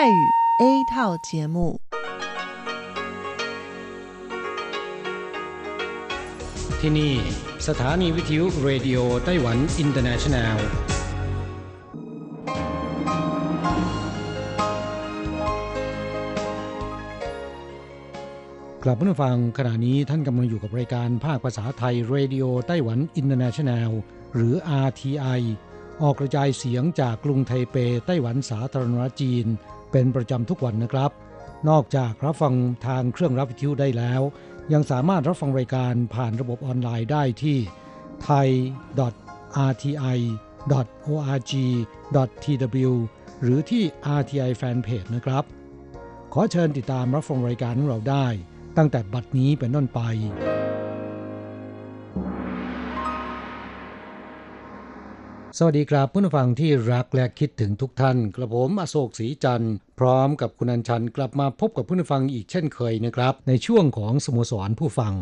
语 A 套节目ที่นี่สถานีวิทยุเรดิโอไต้หวันอินเตอร์เนชั่นแนลกลับมาฟังขณะนี้ท่านกำลังอยู่กับรายการภาคภาษาไทยเรดิโอไต้หวันอินเตอร์เนชั่นแนลหรือ RTI ออกกระจายเสียงจากกรุงไทเปไต้หวันสาธารณรัฐจีนเป็นประจำทุกวันนะครับนอกจากรับฟังทางเครื่องรับวิทยุได้แล้วยังสามารถรับฟังรายการผ่านระบบออนไลน์ได้ที่ thai.rti.org.tw หรือที่ RTI Fanpage นะครับขอเชิญติดตามรับฟังรายการของเราได้ตั้งแต่บัดนี้เป็นต้นไปสวัสดีครับผู้ฟังที่รักและคิดถึงทุกท่านกระผมอโศกศรีจันทร์พร้อมกับคุณอัญชันกลับมาพบกับผู้ฟังอีกเช่นเคยนะครับในช่วงของสโมสรผู้ฟัง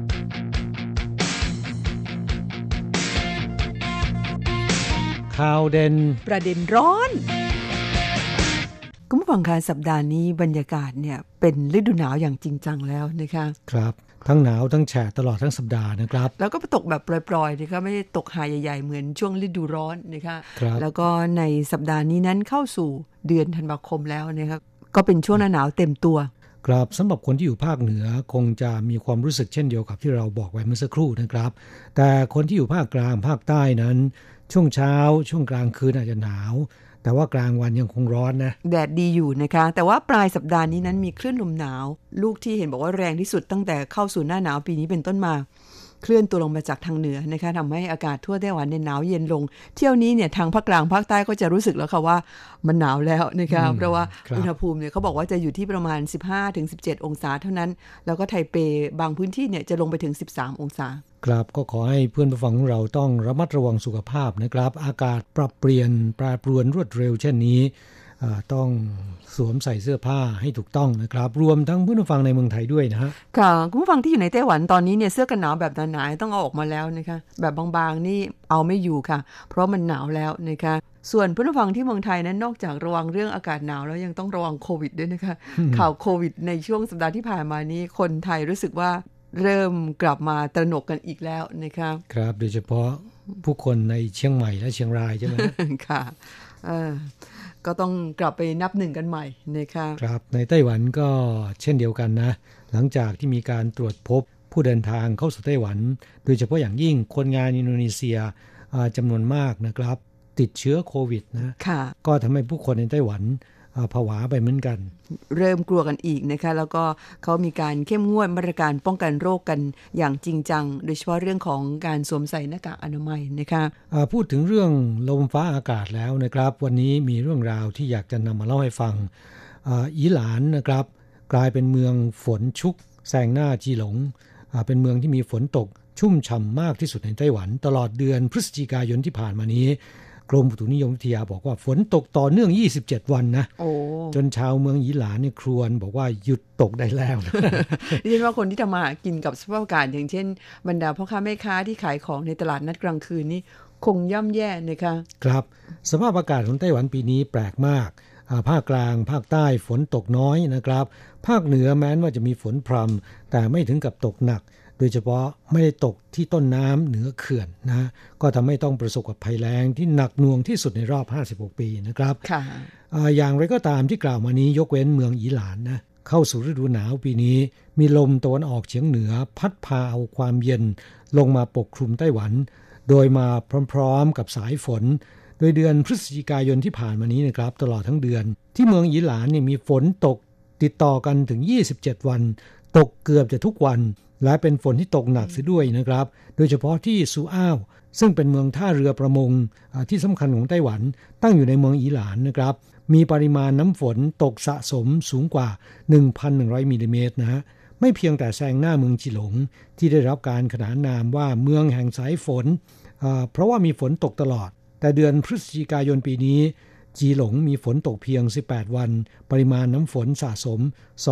ข่าวเด่นประเด็นร้อนคุณผู้ฟังคะสัปดาห์นี้บรรยากาศเนี่ยเป็นฤดูหนาวอย่างจริงจังแล้วนะคะครับทั้งหนาวทั้งแฉะตลอดทั้งสัปดาห์นะครับแล้วก็ตกแบบปล่อยๆนะคะไม่ได้ตกหาใหญ่ๆเหมือนช่วงฤดูร้อนนะคะแล้วก็ในสัปดาห์นี้นั้นเข้าสู่เดือนธันวาคมแล้วนะคะก็เป็นช่วงหนาวเต็มตัวครับสำหรับคนที่อยู่ภาคเหนือคงจะมีความรู้สึกเช่นเดียวกับที่เราบอกไว้เมื่อสักครู่นะครับแต่คนที่อยู่ภาคกลางภาคใต้นั้นช่วงเช้าช่วงกลางคืนอาจจะหนาวแต่ว่ากลางวันยังคงร้อนนะแดดดีอยู่นะคะแต่ว่าปลายสัปดาห์นี้นั้นมีคลื่นลมหนาวลูกที่เห็นบอกว่าแรงที่สุดตั้งแต่เข้าสู่หน้าหนาวปีนี้เป็นต้นมาเคลื่อนตัวลงมาจากทางเหนือนะคะทำให้อากาศทั่วไต้หวันเนี่ยหนาวเย็นลงเที่ยวนี้เนี่ยทางภาคกลางภาคใต้ก็จะรู้สึกแล้วค่ะว่ามันหนาวแล้วนะคะเพราะว่าอุณหภูมิเนี่ยเขาบอกว่าจะอยู่ที่ประมาณ 15-17 องศาเท่านั้นแล้วก็ไทเปบางพื้นที่เนี่ยจะลงไปถึง13องศาครับก็ขอให้เพื่อนผู้ฟังของเราต้องระมัดระวังสุขภาพนะครับอากาศปรับเปลี่ยนแปรปรวนรวดเร็วเช่นนี้ต้องสวมใส่เสื้อผ้าให้ถูกต้องนะครับรวมทั้งผู้ฟังในเมืองไทยด้วยนะฮะค่ะคุณผู้ฟังที่อยู่ในไต้หวันตอนนี้เนี่ยเสื้อกันหนาวแบบหนาๆต้องเอาออกมาแล้วนะคะแบบบางๆนี่เอาไม่อยู่ค่ะเพราะมันหนาวแล้วนะคะส่วนผู้ฟังที่เมืองไทยนั้นนอกจากระวังเรื่องอากาศหนาวแล้วยังต้องระวังโควิดด้วยนะคะข่าวโควิดในช่วงสัปดาห์ที่ผ่านมานี้คนไทยรู้สึกว่าเริ่มกลับมาตระหนกกันอีกแล้วนะคะครับโดยเฉพาะผู้คนในเชียงใหม่และเชียงรายใช่ไหมค่ะก็ต้องกลับไปนับหนึ่งกันใหม่นะคะครับในไต้หวันก็เช่นเดียวกันนะหลังจากที่มีการตรวจพบผู้เดินทางเข้าสู่ไต้หวันโดยเฉพาะอย่างยิ่งคนงานอินโดนีเซียจำนวนมากนะครับติดเชื้อโควิดนะก็ทำให้ผู้คนในไต้หวันผวาไปเหมือนกันเริ่มกลัวกันอีกนะคะแล้วก็เขามีการเข้มงวดมาตรการป้องกันโรคกันอย่างจริงจังโดยเฉพาะเรื่องของการสวมใส่หน้ากากอนามัยนะคะพูดถึงเรื่องลมฟ้าอากาศแล้วนะครับวันนี้มีเรื่องราวที่อยากจะนำมาเล่าให้ฟังอีหลานนะครับกลายเป็นเมืองฝนชุกแซงหน้าจีหลงเป็นเมืองที่มีฝนตกชุ่มฉ่ำมากที่สุดในไต้หวันตลอดเดือนพฤศจิกายนที่ผ่านมานี้กรมอุตุนิยมวิทยาบอกว่าฝนตกต่อเนื่อง27วันนะจนชาวเมืองอีหลานเนี่ยครวญบอกว่าหยุดตกได้แล้วเรียกว่าคนที่ทำมากินกับสภาพอากาศอย่างเช่นบรรดาพ่อค้าแม่ค้าที่ขายของในตลาดนัดกลางคืนนี่คงย่ำแย่นะคะครับสภาพอากาศของไต้หวันปีนี้แปลกมากภาคกลางภาคใต้ฝนตกน้อยนะครับภาคเหนือแม้ว่าจะมีฝนพรำแต่ไม่ถึงกับตกหนักโดยเฉพาะไม่ได้ตกที่ต้นน้ำเหนือเขื่อนนะก็ทำให้ต้องประสบกับภัยแล้งที่หนักหน่วงที่สุดในรอบ56ปีนะครับอย่างไรก็ตามที่กล่าวมานี้ยกเว้นเมืองอีหลานนะเข้าสู่ฤดูหนาวปีนี้มีลมตะวันออกเฉียงเหนือพัดพาเอาความเย็นลงมาปกคลุมไต้หวันโดยมาพร้อมๆกับสายฝนโดยเดือนพฤศจิกายนที่ผ่านมานี้นะครับตลอดทั้งเดือนที่เมืองอีหลานเนี่ยมีฝนตกติดต่อกันถึง27วันตกเกือบจะทุกวันและเป็นฝนที่ตกหนักเสียด้วยนะครับโดยเฉพาะที่ซูอ้าวซึ่งเป็นเมืองท่าเรือประมงที่สำคัญของไต้หวันตั้งอยู่ในเมืองอีหลานนะครับมีปริมาณน้ำฝนตกสะสมสูงกว่า 1,100 มิลลิเมตรนะฮะไม่เพียงแต่แซงหน้าเมืองจิหลงที่ได้รับการขนานนามว่าเมืองแห่งสายฝนเพราะว่ามีฝนตกตลอดแต่เดือนพฤศจิกายนปีนี้จีหลงมีฝนตกเพียง18วันปริมาณน้ำฝนสะสม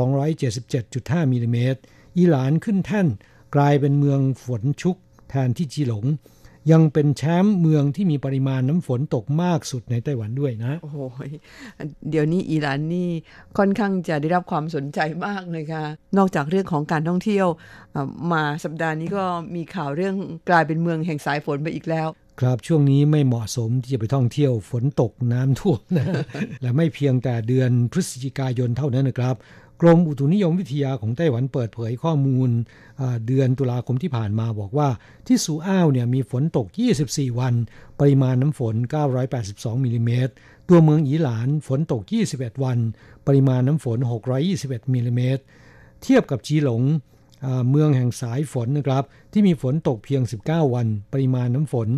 277.5 มิลลิเมตรอีหลานขึ้นแท่นกลายเป็นเมืองฝนชุกแทนที่จีหลงยังเป็นแชมป์เมืองที่มีปริมาณน้ำฝนตกมากสุดในไต้หวันด้วยนะโอ้โหเดี๋ยวนี้อิหร่านนี่ค่อนข้างจะได้รับความสนใจมากเลยค่ะนอกจากเรื่องของการท่องเที่ยวมาสัปดาห์นี้ก็มีข่าวเรื่องกลายเป็นเมืองแห่งสายฝนไปอีกแล้วครับช่วงนี้ไม่เหมาะสมที่จะไปท่องเที่ยวฝนตกน้ำท่วมนะ และไม่เพียงแต่เดือนพฤศจิกายนเท่านั้นนะครับกรมอุตุนิยมวิทยาของไต้หวันเปิดเผยข้อมูลเดือนตุลาคมที่ผ่านมาบอกว่าที่ซูอ้าวเนี่ยมีฝนตก24วันปริมาณน้ำฝน982มิลลิเมตรตัวเมืองอีหลานฝนตก21วันปริมาณน้ำฝน621มิลลิเมตรเทียบกับจีหลงเมืองแห่งสายฝนนะครับที่มีฝนตกเพียง19วันปริมาณน้ำฝน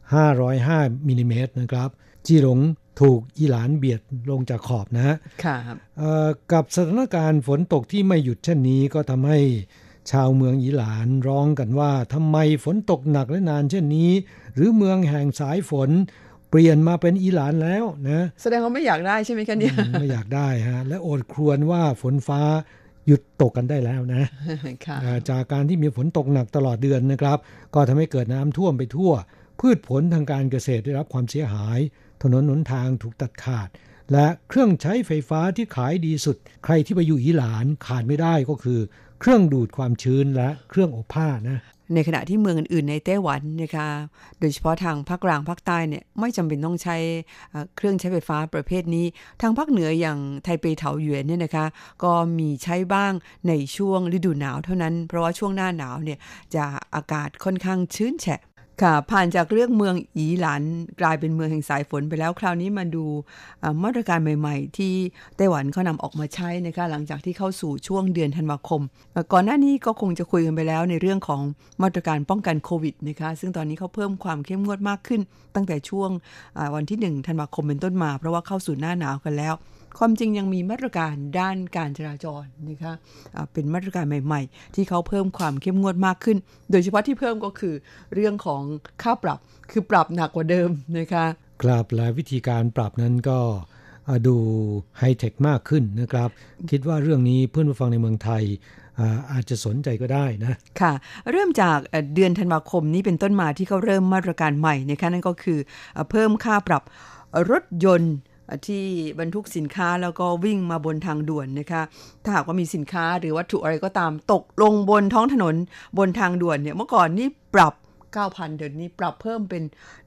505มิลลิเมตรนะครับจีหลงถูกอีหลานเบียดลงจากขอบนะฮะกับสถานการณ์ฝนตกที่ไม่หยุดเช่นนี้ก็ทำให้ชาวเมืองอีหลานร้องกันว่าทำไมฝนตกหนักและนานเช่นนี้หรือเมืองแห่งสายฝนเปลี่ยนมาเป็นอีหลานแล้วนะแสดงว่าไม่อยากได้ใช่ไหมคะเนี่ยไม่อยากได้ฮะและโอดครวญว่าฝนฟ้าหยุดตกกันได้แล้วนะ จากการที่มีฝนตกหนักตลอดเดือนนะครับก็ทำให้เกิดน้ำท่วมไปทั่วพืชผลทางการเกษตรได้รับความเสียหายถนนหนทางถูกตัดขาดและเครื่องใช้ไฟฟ้าที่ขายดีสุดใครที่ไปอยู่อีหลานขาดไม่ได้ก็คือเครื่องดูดความชื้นและเครื่องอบผ้านะในขณะที่เมืองอื่นๆในไต้หวันนะคะโดยเฉพาะทางภาคกลางภาคใต้เนี่ยไม่จำเป็นต้องใช้เครื่องใช้ไฟฟ้าประเภทนี้ทางภาคเหนืออย่างไทเปเถาหยวนเนี่ยนะคะก็มีใช้บ้างในช่วงฤดูหนาวเท่านั้นเพราะว่าช่วงหน้าหนาวเนี่ยจะอากาศค่อนข้างชื้นแฉะค่ะผ่านจากเรื่องเมืองอีหลานกลายเป็นเมืองแห่งสายฝนไปแล้วคราวนี้มาดูมาตรการใหม่ๆที่ไต้หวันเขานำออกมาใช้นะคะหลังจากที่เข้าสู่ช่วงเดือนธันวาคมก่อนหน้านี้ก็คงจะคุยกันไปแล้วในเรื่องของมาตรการป้องกันโควิดนะคะซึ่งตอนนี้เขาเพิ่มความเข้มงวดมากขึ้นตั้งแต่ช่วงวันที่1ธันวาคมเป็นต้นมาเพราะว่าเข้าสู่หน้าหนาวกันแล้วความจริงยังมีมาตรการด้านการจราจรนะคะเป็นมาตรการใหม่ๆที่เขาเพิ่มความเข้มงวดมากขึ้นโดยเฉพาะที่เพิ่มก็คือเรื่องของค่าปรับคือปรับหนักกว่าเดิมนะคะครับและวิธีการปรับนั้นก็ดูไฮเทคมากขึ้นนะครับคิดว่าเรื่องนี้เพื่อนผู้ฟังในเมืองไทยอาจจะสนใจก็ได้นะค่ะเริ่มจากเดือนธันวาคมนี้เป็นต้นมาที่เขาเริ่มมาตรการใหม่นะคะนั่นก็คือเพิ่มค่าปรับรถยนต์ที่บรรทุกสินค้าแล้วก็วิ่งมาบนทางด่วนนะคะถ้าหากว่ามีสินค้าหรือวัตถุอะไรก็ตามตกลงบนท้องถนนบนทางด่วนเนี่ยเมื่อก่อนนี่ปรับ 9,000 เดี๋ยวนี้ปรับเพิ่มเป็น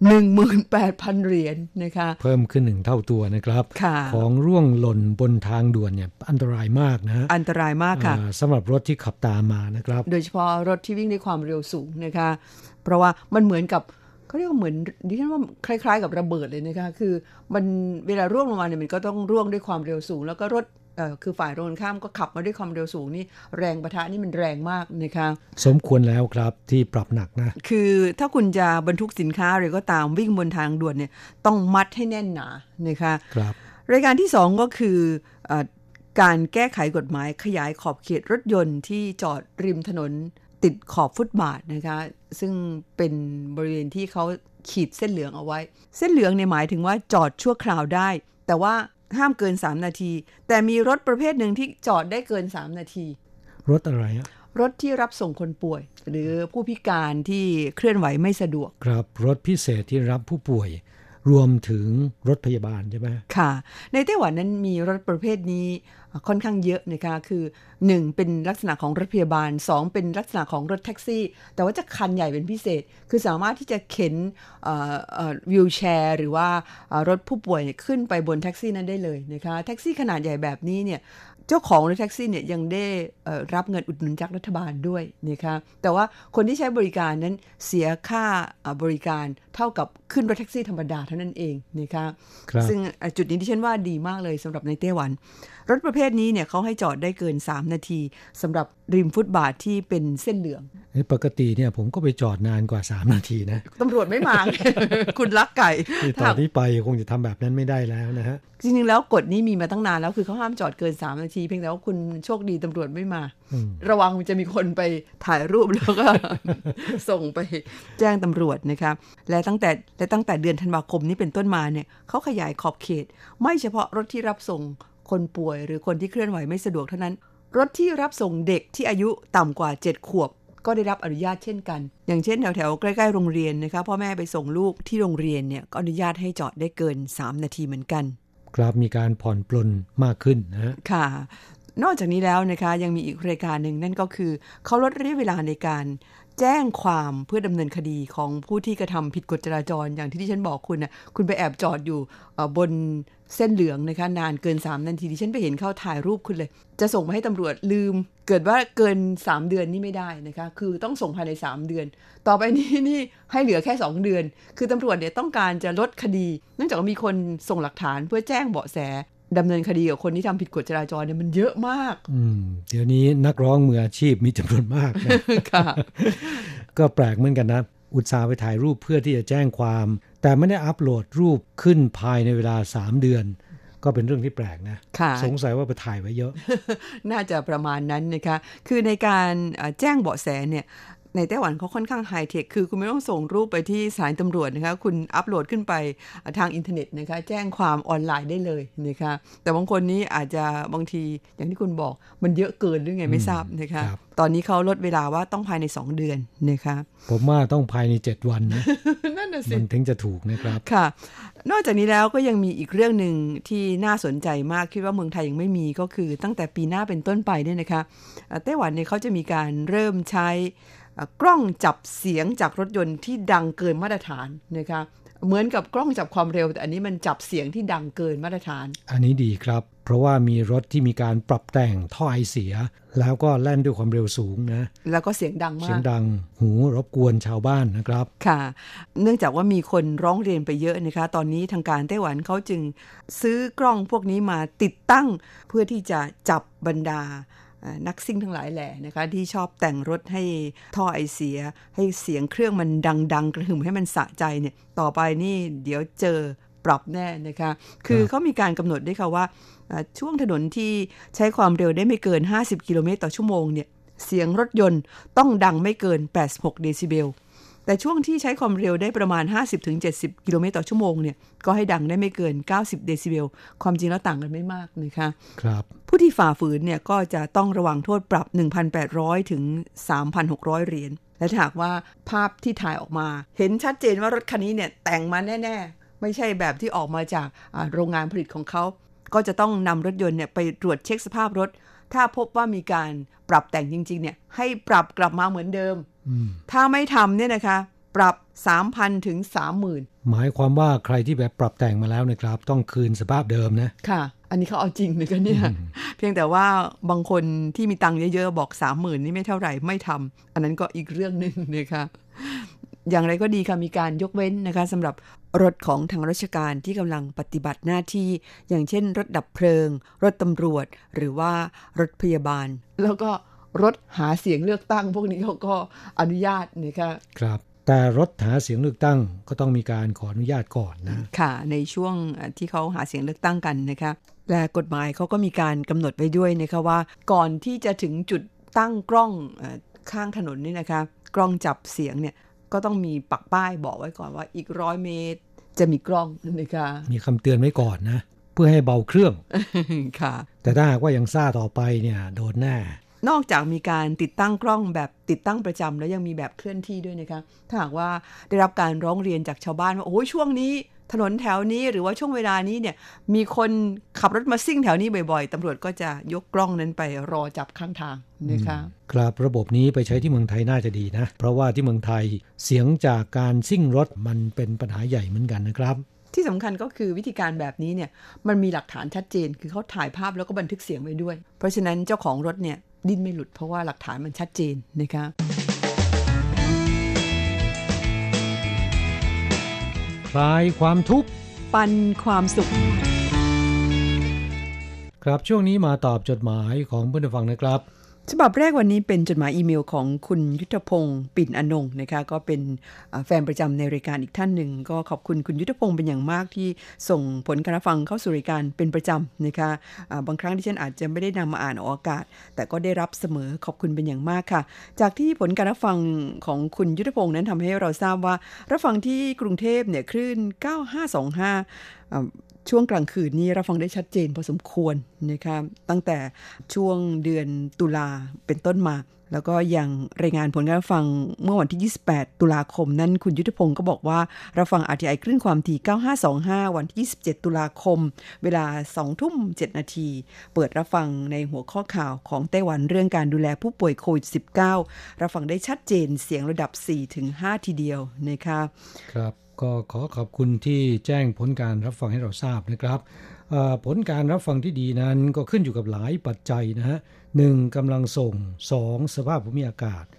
18,000 เหรียญนะคะเพิ่มขึ้น1เท่าตัวนะครับของร่วงหล่นบนทางด่วนเนี่ยอันตรายมากนะอันตรายมากค่ะสำหรับรถที่ขับตามมานะครับโดยเฉพาะรถที่วิ่งด้วยความเร็วสูงนะคะเพราะว่ามันเหมือนกับเขาเรียกว่าเหมือนดิฉันว่าคล้ายๆกับระเบิดเลยนะคะคือมันเวลาร่วงลงมาเนี่ยมันก็ต้องร่วงด้วยความเร็วสูงแล้วก็รถคือฝ่ายตรงข้ามก็ขับมาด้วยความเร็วสูงนี่แรงปะทะนี่มันแรงมากนะคะสมควรแล้วครับที่ปรับหนักนะคือถ้าคุณจะบรรทุกสินค้าหรือก็ตามวิ่งบนทางด่วนเนี่ยต้องมัดให้แน่นหนานะคะครับรายการที่2ก็คือการแก้ไขกฎหมายขยายขอบเขตรถยนต์ที่จอดริมถนนติดขอบฟุตบาทนะคะซึ่งเป็นบริเวณที่เขาขีดเส้นเหลืองเอาไว้เส้นเหลืองเนี่ยหมายถึงว่าจอดชั่วคราวได้แต่ว่าห้ามเกิน3นาทีแต่มีรถประเภทหนึ่งที่จอดได้เกิน3นาทีรถอะไรอะรถที่รับส่งคนป่วยหรือผู้พิการที่เคลื่อนไหวไม่สะดวกครับรถพิเศษที่รับผู้ป่วยรวมถึงรถพยาบาลใช่ไหมค่ะในไต้หวันนั้นมีรถประเภทนี้ค่อนข้างเยอะนะคะคือ1เป็นลักษณะของรถพยาบาล2เป็นลักษณะของรถแท็กซี่แต่ว่าจะคันใหญ่เป็นพิเศษคือสามารถที่จะเข็นวีลแชร์หรือว่ารถผู้ป่วยขึ้นไปบนแท็กซี่นั้นได้เลยนะคะแท็กซี่ขนาดใหญ่แบบนี้เนี่ยเจ้าของรถแท็กซี่เนี่ยยังได้รับเงินอุดหนุนจากรัฐบาลด้วยนะคะแต่ว่าคนที่ใช้บริการนั้นเสียค่าบริการเท่ากับขึ้นรถแท็กซี่ธรรมดาเท่านั้นเองนะคะซึ่งจุดนี้ที่ฉันว่าดีมากเลยสำหรับในไต้หวันรถประเภทนี้เนี่ยเขาให้จอดได้เกิน3นาทีสำหรับริมฟุตบาทที่เป็นเส้นเหลืองปกติเนี่ยผมก็ไปจอดนานกว่า3นาทีนะตำรวจไม่มา คุณลักไก่ตอนนี้ไปคงจะทำแบบนั้นไม่ได้แล้วนะฮะจริงๆแล้วกฎนี้มีมาตั้งนานแล้วคือเขาห้ามจอดเกิน3นาทีเพียงแต่ว่าคุณโชคดีตำรวจไม่มาระวังจะมีคนไปถ่ายรูปแล้วก็ ส่งไปแจ้งตำรวจนะคะและตั้งแต่เดือนธันวาคมนี้เป็นต้นมาเนี่ยเขาขยายขอบเขตไม่เฉพาะรถที่รับส่งคนป่วยหรือคนที่เคลื่อนไหวไม่สะดวกเท่านั้นรถที่รับส่งเด็กที่อายุต่ำกว่า7ขวบก็ได้รับอนุญาตเช่นกันอย่างเช่นแถวๆใกล้ๆโรงเรียนนะคะพ่อแม่ไปส่งลูกที่โรงเรียนเนี่ยก็อนุญาตให้จอดได้เกิน3นาทีเหมือนกันครับมีการผ่อนปลนมากขึ้นนะค่ะนอกจากนี้แล้วนะคะยังมีอีกรายการหนึ่งนั่นก็คือเขาลดระยะเวลาในการแจ้งความเพื่อดำเนินคดีของผู้ที่กระทำผิดกฎจราจรอย่างที่ฉันบอกคุณนะคุณไปแอบจอดอยู่บนเส้นเหลืองนะคะนานเกิน3นาทีที่ฉันไปเห็นเขาถ่ายรูปคุณเลยจะส่งมาให้ตำรวจลืมเกิดว่าเกิน3เดือนนี่ไม่ได้นะคะคือต้องส่งภายใน3เดือนต่อไปนี้นี่ให้เหลือแค่2เดือนคือตำรวจเนี่ยต้องการจะลดคดีเนื่องจากมีคนส่งหลักฐานเพื่อแจ้งเบาะแสดำเนินคดีกับคนที่ทำผิดกฎจราจรเนี่ยมันเยอะมากเดี๋ยวนี้นักร้องมืออาชีพมีจำนวนมากนะค่ะก็แปลกเหมือนกันนะอุตส่าห์ไปถ่ายรูปเพื่อที่จะแจ้งความแต่ไม่ได้อัปโหลดรูปขึ้นภายในเวลา3เดือนก็เป็นเรื่องที่แปลกนะสงสัยว่าไปถ่ายไว้เยอะน่าจะประมาณนั้นนะคะคือในการแจ้งเบาะแสเนี่ยในไต้หวันเขาค่อนข้างไฮเทคคือคุณไม่ต้องส่งรูปไปที่สถานีตำรวจนะคะคุณอัปโหลดขึ้นไปทางอินเทอร์เน็ตนะคะแจ้งความออนไลน์ได้เลยนะคะแต่บางคนนี้อาจจะบางทีอย่างที่คุณบอกมันเยอะเกินหรือไงไม่ทราบนะคะตอนนี้เขาลดเวลาว่าต้องภายใน2เดือนนะคะผมว่าต้องภายใน7วันนะนั่นน่ะสิมันถึงจะถูกนะครับค่ะนอกจากนี้แล้วก็ยังมีอีกเรื่องนึงที่น่าสนใจมากคิดว่าเมืองไทยยังไม่มีก็คือตั้งแต่ปีหน้าเป็นต้นไปเนี่ยนะคะไต้หวันเนี่ยเขาจะมีการเริ่มใช้กล้องจับเสียงจากรถยนต์ที่ดังเกินมาตรฐานนะคะเหมือนกับกล้องจับความเร็วแต่อันนี้มันจับเสียงที่ดังเกินมาตรฐานอันนี้ดีครับเพราะว่ามีรถที่มีการปรับแต่งท่อไอเสียแล้วก็แล่นด้วยความเร็วสูงนะแล้วก็เสียงดังมากเสียงดังหูรบกวนชาวบ้านนะครับค่ะเนื่องจากว่ามีคนร้องเรียนไปเยอะนะคะตอนนี้ทางการไต้หวันเขาจึงซื้อกล้องพวกนี้มาติดตั้งเพื่อที่จะจับบรรดานักซิ่งทั้งหลายแหล่นะคะที่ชอบแต่งรถให้ท่อไอเสียให้เสียงเครื่องมันดังๆกระหึ่มให้มันสะใจเนี่ยต่อไปนี่เดี๋ยวเจอปรับแน่นะคะคือเขามีการกำหนดด้วยค่ะว่าช่วงถนนที่ใช้ความเร็วได้ไม่เกิน50กิโลเมตรต่อชั่วโมงเนี่ยเสียงรถยนต์ต้องดังไม่เกิน86เดซิเบลแต่ช่วงที่ใช้ความเร็วได้ประมาณ 50-70 กิโลเมตรต่อชั่วโมงเนี่ยก็ให้ดังได้ไม่เกิน90เดซิเบลความจริงแล้วต่างกันไม่มากนะคะครับผู้ที่ฝ่าฝืนเนี่ยก็จะต้องระวังโทษปรับ 1,800 ถึง 3,600 เหรียญและหากว่าภาพที่ถ่ายออกมาเห็นชัดเจนว่ารถคันนี้เนี่ยแต่งมาแน่ๆไม่ใช่แบบที่ออกมาจากโรงงานผลิตของเขาก็จะต้องนำรถยนต์เนี่ยไปตรวจเช็คสภาพรถถ้าพบว่ามีการปรับแต่งจริงๆเนี่ยให้ปรับกลับมาเหมือนเดิมถ้าไม่ทำเนี่ยนะคะปรับ 3,000 ถึง 30,000 หมายความว่าใครที่แบบปรับแต่งมาแล้วนะครับต้องคืนสภาพเดิมนะค่ะอันนี้เขาเอาจริงเลยกันเนี่ยเพียงแต่ว่าบางคนที่มีตังค์เยอะๆบอก 30,000 นี่ไม่เท่าไหร่ไม่ทำอันนั้นก็อีกเรื่องนึงนะคะอย่างไรก็ดีค่ะมีการยกเว้นนะคะสำหรับรถของทางราชการที่กำลังปฏิบัติหน้าที่อย่างเช่นรถดับเพลิงรถตำรวจหรือว่ารถพยาบาลแล้วก็รถหาเสียงเลือกตั้งพวกนี้เขาก็อนุญาตนะคะครับแต่รถหาเสียงเลือกตั้งก็ต้องมีการขออนุญาตก่อนนะค่ะในช่วงที่เขาหาเสียงเลือกตั้งกันนะคะและกฎหมายเขาก็มีการกำหนดไว้ด้วยนะคะว่าก่อนที่จะถึงจุดตั้งกล้องข้างถนนนี่นะคะกล้องจับเสียงเนี่ยก็ต้องมีปักป้ายบอกไว้ก่อนว่าอีก100 เมตรจะมีกล้องนะคะมีคำเตือนไว้ก่อนนะเพื่อให้เบาเครื่องค่ะแต่ถ้าหากว่ายังซ่าต่อไปเนี่ยโดนแน่นอกจากมีการติดตั้งกล้องแบบติดตั้งประจำแล้วยังมีแบบเคลื่อนที่ด้วยนะคะถ้าหากว่าได้รับการร้องเรียนจากชาวบ้านว่าโอ้ยช่วงนี้ถนนแถวนี้หรือว่าช่วงเวลานี้เนี่ยมีคนขับรถมาซิ่งแถวนี้บ่อยๆตำรวจก็จะยกกล้องนั้นไปรอจับข้างทางนะคะครับระบบนี้ไปใช้ที่เมืองไทยน่าจะดีนะเพราะว่าที่เมืองไทยเสียงจากการซิ่งรถมันเป็นปัญหาใหญ่เหมือนกันนะครับที่สำคัญก็คือวิธีการแบบนี้เนี่ยมันมีหลักฐานชัดเจนคือเขาถ่ายภาพแล้วก็บันทึกเสียงไว้ด้วยเพราะฉะนั้นเจ้าของรถเนี่ยดิ้นไม่หลุดเพราะว่าหลักฐานมันชัดเจนนะคะคลายความทุกข์ปันความสุขครับช่วงนี้มาตอบจดหมายของผู้ฟังนะครับฉบับแรกวันนี้เป็นจดหมายอีเมลของคุณยุทธพงศ์ปิ่นอนงค์นะคะก็เป็นแฟนประจำในรายการอีกท่านหนึ่งก็ขอบคุณคุณยุทธพงศ์เป็นอย่างมากที่ส่งผลการรับฟังเข้าสู่รายการเป็นประจำนะคะบางครั้งที่ฉันอาจจะไม่ได้นำมาอ่านออกอากาศแต่ก็ได้รับเสมอขอบคุณเป็นอย่างมากค่ะจากที่ผลการรับฟังของคุณยุทธพงศ์นั้นทำให้เราทราบว่ารับฟังที่กรุงเทพเนี่ยคลื่น9525 ช่วงกลางคืนนี้รับฟังได้ชัดเจนพอสมควรนะคะตั้งแต่ช่วงเดือนตุลาเป็นต้นมาแล้วก็อย่างรายงานผลการรับฟังเมื่อวันที่28ตุลาคมนั้นคุณยุทธพงศ์ก็บอกว่ารับฟัง RTI คลื่นความถี่9525วันที่27ตุลาคมเวลา 20:07 นาทีเปิดรับฟังในหัวข้อข่าวของไต้หวันเรื่องการดูแลผู้ป่วยโควิด -19 รับฟังได้ชัดเจนเสียงระดับ 4-5 ทีเดียวนะคะครับก็ขอขอบคุณที่แจ้งผลการรับฟังให้เราทราบนะครับผลการรับฟังที่ดีนั้นก็ขึ้นอยู่กับหลายปัจจัยนะฮะ1กำลังส่ง2สภาพภูมิอากาศ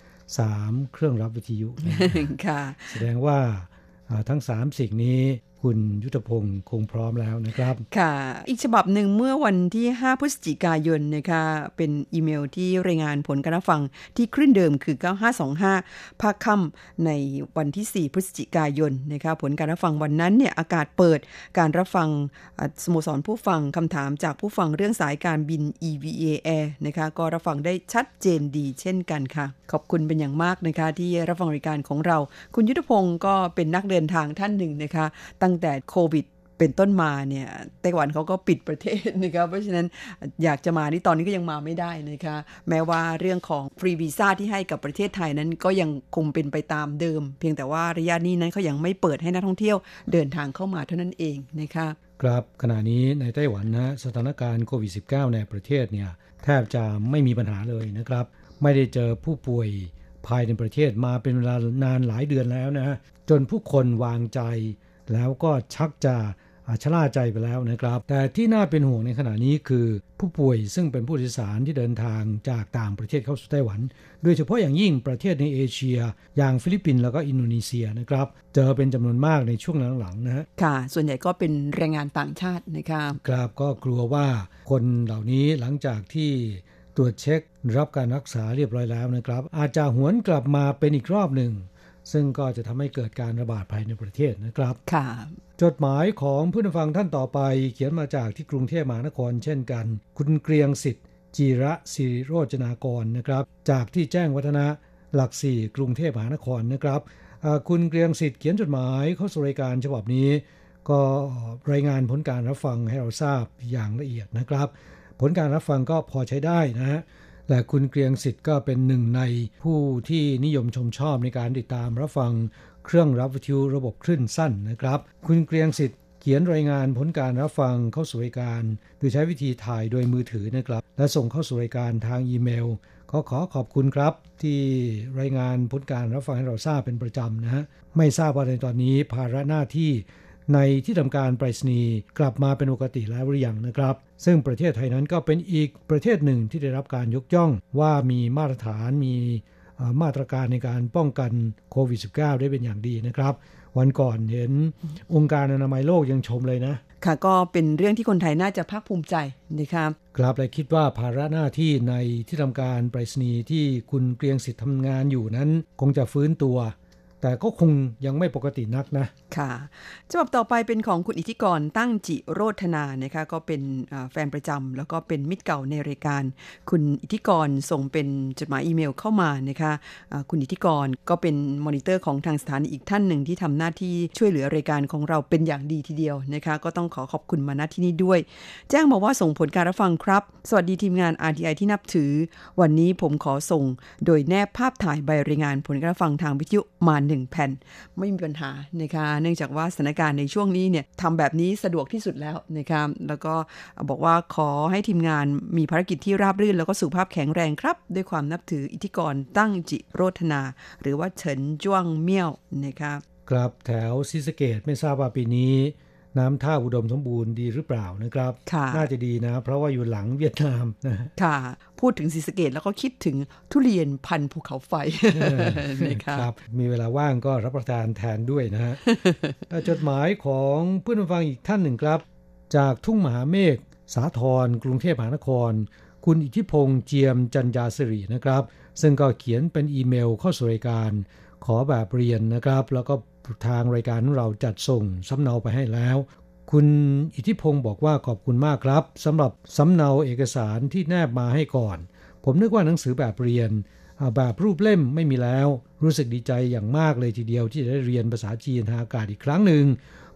3เครื่องรับวิทยุค่ะแสดงว่าทั้ง3สิ่งนี้คุณยุทธพงศ์คงพร้อมแล้วนะครับค่ะอีกฉบับหนึ่งเมื่อวันที่5พฤศจิกายนนะคะเป็นอีเมลที่รายงานผลการรับฟังที่คลื่นเดิมคือ9525ภาคค่ำในวันที่4พฤศจิกายนนะคะผลการรับฟังวันนั้นเนี่ยอากาศเปิดการรับฟังสโมสรผู้ฟังคำถามจากผู้ฟังเรื่องสายการบิน EVA Air นะคะก็รับฟังได้ชัดเจนดีเช่นกันค่ะขอบคุณเป็นอย่างมากนะคะที่รับฟังรายการของเราคุณยุทธพงศ์ก็เป็นนักเดินทางท่านหนึ่งนะคะตั้งแต่โควิดเป็นต้นมาเนี่ยไต้หวันเขาก็ปิดประเทศนะคะเพราะฉะนั้นอยากจะมานี่ตอนนี้ก็ยังมาไม่ได้นะคะแม้ว่าเรื่องของฟรีวีซ่าที่ให้กับประเทศไทยนั้นก็ยังคงเป็นไปตามเดิมเพียงแต่ว่าระยะนี้นั้นเขายังไม่เปิดให้นักท่องเที่ยวเดินทางเข้ามาเท่านั้นเองนะคะครับขณะนี้ในไต้หวันนะสถานการณ์โควิด -19 ในประเทศเนี่ยแทบจะไม่มีปัญหาเลยนะครับไม่ได้เจอผู้ป่วยภายในประเทศมาเป็นเวลานานหลายเดือนแล้วนะจนผู้คนวางใจแล้วก็ชักจะชะล่าใจไปแล้วนะครับแต่ที่น่าเป็นห่วงในขณะนี้คือผู้ป่วยซึ่งเป็นผู้โดยสารที่เดินทางจากต่างประเทศเข้าสู่ไต้หวันโดยเฉพาะอย่างยิ่งประเทศในเอเชียอย่างฟิลิปปินส์แล้วก็อินโดนีเซียนะครับเจอเป็นจำนวนมากในช่วงหลังๆนะฮะค่ะส่วนใหญ่ก็เป็นแรงงานต่างชาตินะครับครับก็กลัวว่าคนเหล่านี้หลังจากที่ตรวจเช็ครับการรักษาเรียบร้อยแล้วนะครับอาจจะหวนกลับมาเป็นอีกรอบหนึ่งซึ่งก็จะทำให้เกิดการระบาดภายในประเทศนะครับค่ะจดหมายของผู้ฟังท่านต่อไปเขียนมาจากที่กรุงเทพมหานครเช่นกันคุณเกรียงสิทธิ์จีระศิริโรจนากรนะครับจากที่แจ้งวัฒนะหลัก4กรุงเทพมหานครนะครับคุณเกรียงสิทธิ์เขียนจดหมายเข้าสู่รายการฉบับนี้ก็รายงานผลการรับฟังให้เราทราบอย่างละเอียดนะครับผลการรับฟังก็พอใช้ได้นะฮะและคุณเกรียงสิทธิ์ก็เป็นหนึ่งในผู้ที่นิยมชมชอบในการติดตามรับฟังเครื่องรับวิทยุระบบคลื่นสั้นนะครับคุณเกรียงสิทธิ์เขียนรายงานผลการรับฟังเข้าสู่รายการโดยใช้วิธีถ่ายโดยมือถือนะครับและส่งเข้าสู่รายการทางอีเมลขอขอบคุณครับที่รายงานผลการรับฟังให้เราทราบเป็นประจำนะฮะไม่ทราบว่าในตอนนี้ภาระหน้าที่ในที่ทำการไปรษณีย์กลับมาเป็นปกติแล้วหรือยังนะครับซึ่งประเทศไทยนั้นก็เป็นอีกประเทศหนึ่งที่ได้รับการยกย่องว่ามีมาตรฐานมีมาตรการในการป้องกันโควิด -19 ได้เป็นอย่างดีนะครับวันก่อนเห็นองค์การอนามัยโลกยังชมเลยนะค่ะก็เป็นเรื่องที่คนไทยน่าจะภาคภูมิใจนะครับครับและคิดว่าภาระหน้าที่ในที่ทำการไปรษณีย์ที่คุณเกรียงสิทธิ์ทำงานอยู่นั้นคงจะฟื้นตัวแต่ก็คงยังไม่ปกตินักนะค่ะฉบับต่อไปเป็นของคุณอิทธิกรตั้งจิโรธนานะคะก็เป็นแฟนประจำแล้วก็เป็นมิตรเก่าในรายการคุณอิทธิกรส่งเป็นจดหมายอีเมลเข้ามานะคะคุณอิทธิกรก็เป็นมอนิเตอร์ของทางสถานีอีกท่านหนึ่งที่ทำหน้าที่ช่วยเหลือรายการของเราเป็นอย่างดีทีเดียวนะคะก็ต้องขอบคุณมาณที่นี้ด้วยแจ้งมาว่าส่งผลการรับฟังครับสวัสดีทีมงาน RTI ที่นับถือวันนี้ผมขอส่งโดยแนบภาพถ่ายใบรายงานผลการรับฟังทางวิทยุมา1แผ่นไม่มีปัญหานะคะเนื่องจากว่าสถานการณ์ในช่วงนี้เนี่ยทำแบบนี้สะดวกที่สุดแล้วนะคะแล้วก็บอกว่าขอให้ทีมงานมีภารกิจที่ราบรื่นแล้วก็สุขภาพแข็งแรงครับด้วยความนับถืออิทธิกรตั้งจิโรธนาหรือว่าเฉินจ้วงเมี่ยวนะคะครับแถวศรีสะเกษไม่ทราบว่าปีนี้น้ำท่าอุดมสมบูรณ์ดีหรือเปล่านะครับน่าจะดีนะเพราะว่าอยู่หลังเวียดนามนะค่ะพูดถึงศรีสะเกษแล้วก็คิดถึงทุเรียนพันธุ์ภูเขาไฟนะครับมีเวลาว่างก็รับประทานแทนด้วยนะฮะ จดหมายของเพื่อนผู้ฟังอีกท่านหนึ่งครับจากทุ่งมหาเมฆสาทรกรุงเทพมหานครคุณอิทธิพงษ์เจียมจันยาสิรินะครับซึ่งก็เขียนเป็นอีเมลเข้าสู่รายการขอแบบเรียนนะครับแล้วก็ทางรายการของเราจัดส่งสำเนาไปให้แล้วคุณอิทธิพงษ์บอกว่าขอบคุณมากครับสำหรับสำเนาเอกสารที่แนบมาให้ก่อนผมนึกว่าหนังสือแบบเรียนแบบรูปเล่มไม่มีแล้วรู้สึกดีใจอย่างมากเลยทีเดียวที่ได้เรียนภาษาจีนทางอากาศอีกครั้งหนึ่ง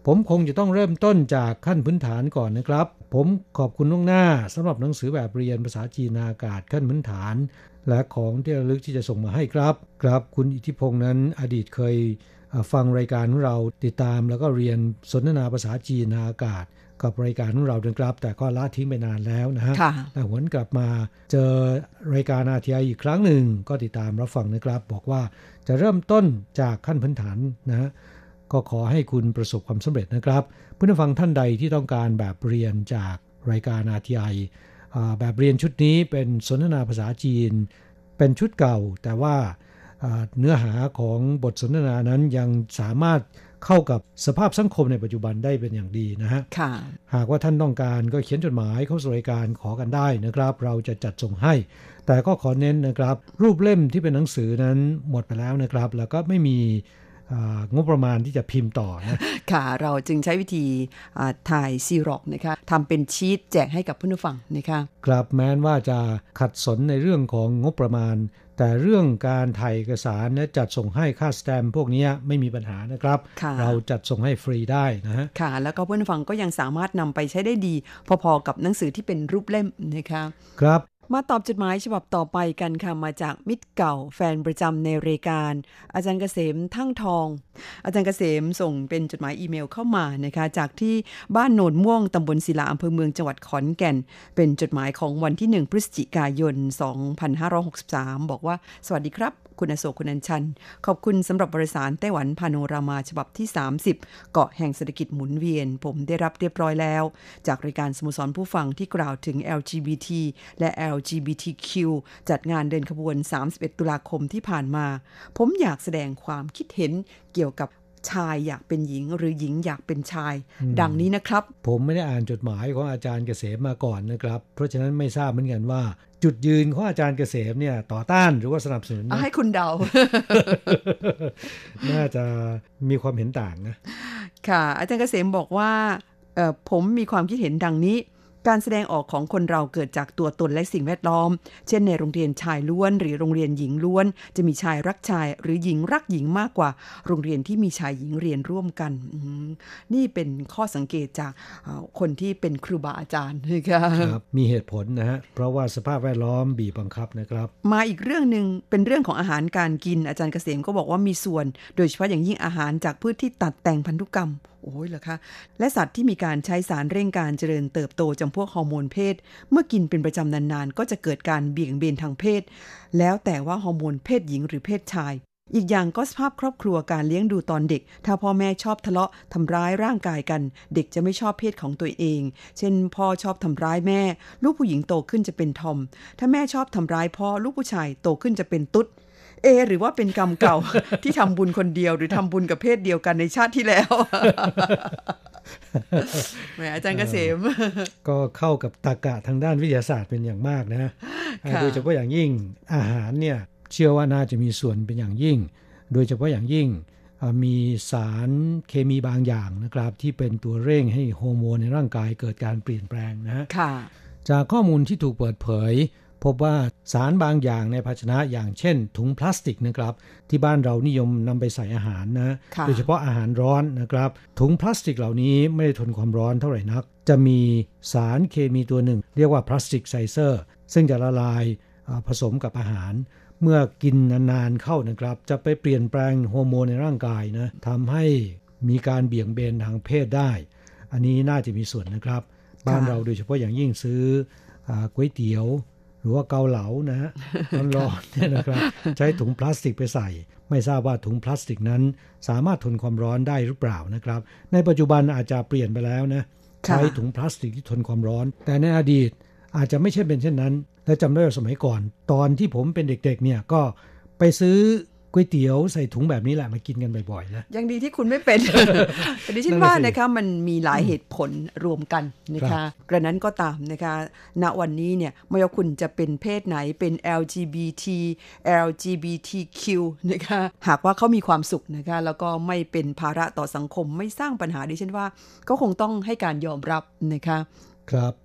ผมคงจะต้องเริ่มต้นจากขั้นพื้นฐานก่อนนะครับผมขอบคุณล่วงหน้าสำหรับหนังสือแบบเรียนภาษาจีนอากาศขั้นพื้นฐานและของที่ระลึกที่จะส่งมาให้ครับคุณอิทธิพงษ์นั้นอดีตเคยฟังรายการของเราติดตามแล้วก็เรียนสนทนาภาษาจีนอากาศกับรายการของเราด้วยครับแต่ก็ละทิ้งไปนานแล้วนะฮะแต่หวนกลับมาเจอรายการ RTI อีกครั้งหนึ่งก็ติดตามรับฟังนะครับบอกว่าจะเริ่มต้นจากขั้นพื้นฐานนะฮะก็ขอให้คุณประสบความสำเร็จนะครับผู้ฟังท่านใดที่ต้องการแบบเรียนจากรายการ RTI แบบเรียนชุดนี้เป็นสนทนาภาษาจีนเป็นชุดเก่าแต่ว่าเนื้อหาของบทสนทนานั้นยังสามารถเข้ากับสภาพสังคมในปัจจุบันได้เป็นอย่างดีนะฮะหากว่าท่านต้องการก็เขียนจดหมายเข้าสู่รายการขอกันได้นะครับเราจะจัดส่งให้แต่ก็ขอเน้นนะครับรูปเล่มที่เป็นหนังสือนั้นหมดไปแล้วนะครับแล้วก็ไม่มีงบประมาณที่จะพิมพ์ต่อนะค่ะเราจึงใช้วิธีถ่ายซีร็อกนะคะทำเป็นชีทแจกให้กับผู้ฟังนะคะครับแม้ว่าจะขัดสนในเรื่องของงบประมาณแต่เรื่องการถ่ายเอกสารและจัดส่งให้ค่าสแตมป์พวกนี้ไม่มีปัญหานะครับเราจัดส่งให้ฟรีได้นะฮะค่ะแล้วก็ผู้ฟังก็ยังสามารถนำไปใช้ได้ดีพอๆกับหนังสือที่เป็นรูปเล่มนะคะครับมาตอบจดหมายฉบับต่อไปกันค่ะมาจากมิตรเก่าแฟนประจำในรายการอาจารย์เกษมทั้งทองอาจารย์เกษมส่งเป็นจดหมายอีเมลเข้ามานะคะจากที่บ้านโนนม่วงตำบลศิลาอำเภอเมืองจังหวัดขอนแก่นเป็นจดหมายของวันที่1พฤศจิกายน2563บอกว่าสวัสดีครับคุณอโศกคุณอัญชันขอบคุณสำหรับบริษัทไต้หวันพาโนรามาฉบับที่30เกาะแห่งเศรษฐกิจหมุนเวียนผมได้รับเรียบร้อยแล้วจากรายการสโมสรผู้ฟังที่กล่าวถึง LGBT และ LGBTQ จัดงานเดินขบวน31ตุลาคมที่ผ่านมาผมอยากแสดงความคิดเห็นเกี่ยวกับชายอยากเป็นหญิงหรือหญิงอยากเป็นชายดังนี้นะครับผมไม่ได้อ่านจดหมายของอาจารย์เกษมมาก่อนนะครับเพราะฉะนั้นไม่ทราบเหมือนกันว่าจุดยืนของอาจารย์เกษมเนี่ยต่อต้านหรือว่าสนับสนุนให้คุณเดาน่าจะมีความเห็นต่างนะค่ะอาจารย์เกษมบอกว่าผมมีความคิดเห็นดังนี้การแสดงออกของคนเราเกิดจากตัวตนและสิ่งแวดล้อมเช่นในโรงเรียนชายล้วนหรือโรงเรียนหญิงล้วนจะมีชายรักชายหรือหญิงรักหญิงมากกว่าโรงเรียนที่มีชายหญิงเรียนร่วมกันนี่เป็นข้อสังเกตจากคนที่เป็นครูบาอาจารย์ครับมีเหตุผลนะฮะเพราะว่าสภาพแวดล้อมบีบบังคับนะครับมาอีกเรื่องนึงเป็นเรื่องของอาหารการกินอาจารย์เกษมก็บอกว่ามีส่วนโดยเฉพาะอย่างยิ่งอาหารจากพืชที่ตัดแต่งพันธุกรรมโอ้ยเหรอคะและสัตว์ที่มีการใช้สารเร่งการเจริญเติบโตจำพวกฮอร์โมนเพศเมื่อกินเป็นประจำนานๆก็จะเกิดการเบี่ยงเบนทางเพศแล้วแต่ว่าฮอร์โมนเพศหญิงหรือเพศชายอีกอย่างก็สภาพครอบครัวการเลี้ยงดูตอนเด็กถ้าพ่อแม่ชอบทะเลาะทำร้ายร่างกายกันเด็กจะไม่ชอบเพศของตัวเองเช่นพ่อชอบทำร้ายแม่ลูกผู้หญิงโตขึ้นจะเป็นทอมถ้าแม่ชอบทำร้ายพ่อลูกผู้ชายโตขึ้นจะเป็นตุ๊ดหรือว่าเป็นกรรมเก่า ที่ทำบุญคนเดียวหรือทำบุญกับเพศเดียวกันในชาติที่แล้วแหมอาจารย์เกษมก็เข้ากับตรรกะทางด้านวิทยาศาสตร์เป็นอย่างมากนะโดยเฉพาะอย่างยิ่งอาหารเนี่ยเชื่อว่าน่าจะมีส่วนเป็นอย่างยิ่งโดยเฉพาะอย่างยิ่งมีสารเคมีบางอย่างนะครับที่เป็นตัวเร่งให้ฮอร์โมนในร่างกายเกิดการเปลี่ยนแปลงนะจากข้อมูลที่ถูกเปิดเผยพบว่าสารบางอย่างในภาชนะอย่างเช่นถุงพลาสติกนะครับที่บ้านเรานิยมนำไปใส่อาหารนะโดยเฉพาะอาหารร้อนนะครับถุงพลาสติกเหล่านี้ไม่ได้ทนความร้อนเท่าไหร่นักจะมีสารเคมีตัวหนึ่งเรียกว่าพลาสติกไซเซอร์ซึ่งจะละลายผสมกับอาหารเมื่อกินนานๆเข้านะครับจะไปเปลี่ยนแปลงฮอร์โมนในร่างกายนะทำให้มีการเบี่ยงเบนทางเพศได้อันนี้น่าจะมีส่วนนะครับบ้านเราโดยเฉพาะอย่างยิ่งซื้อก๋วยเตี๋ยวหรือว่าเกาเหลานะฮะร้อนๆเนี่ยนะครับใช้ถุงพลาสติกไปใส่ไม่ทราบว่าถุงพลาสติกนั้นสามารถทนความร้อนได้หรือเปล่านะครับในปัจจุบันอาจจะเปลี่ยนไปแล้วนะใช้ถุงพลาสติกที่ทนความร้อนแต่ในอดีตอาจจะไม่ใช่เป็นเช่นนั้นและจำได้ว่าสมัยก่อนตอนที่ผมเป็นเด็กๆเนี่ยก็ไปซื้อก๋วยเตี๋ยวใส่ถุงแบบนี้แหละมากินกันบ่อยๆนะยังดีที่คุณไม่เป็น แต่ดิฉันว่านะคะมันมีหลายเหตุผลรวมกันนะคะกระนั้นก็ตามนะคะณวันนี้เนี่ยไม่ว่าคุณจะเป็นเพศไหนเป็น LGBT LGBTQ นะคะหากว่าเขามีความสุขนะคะแล้วก็ไม่เป็นภาระต่อสังคมไม่สร้างปัญหาดิฉันว่าก็คงต้องให้การยอมรับนะคะครับ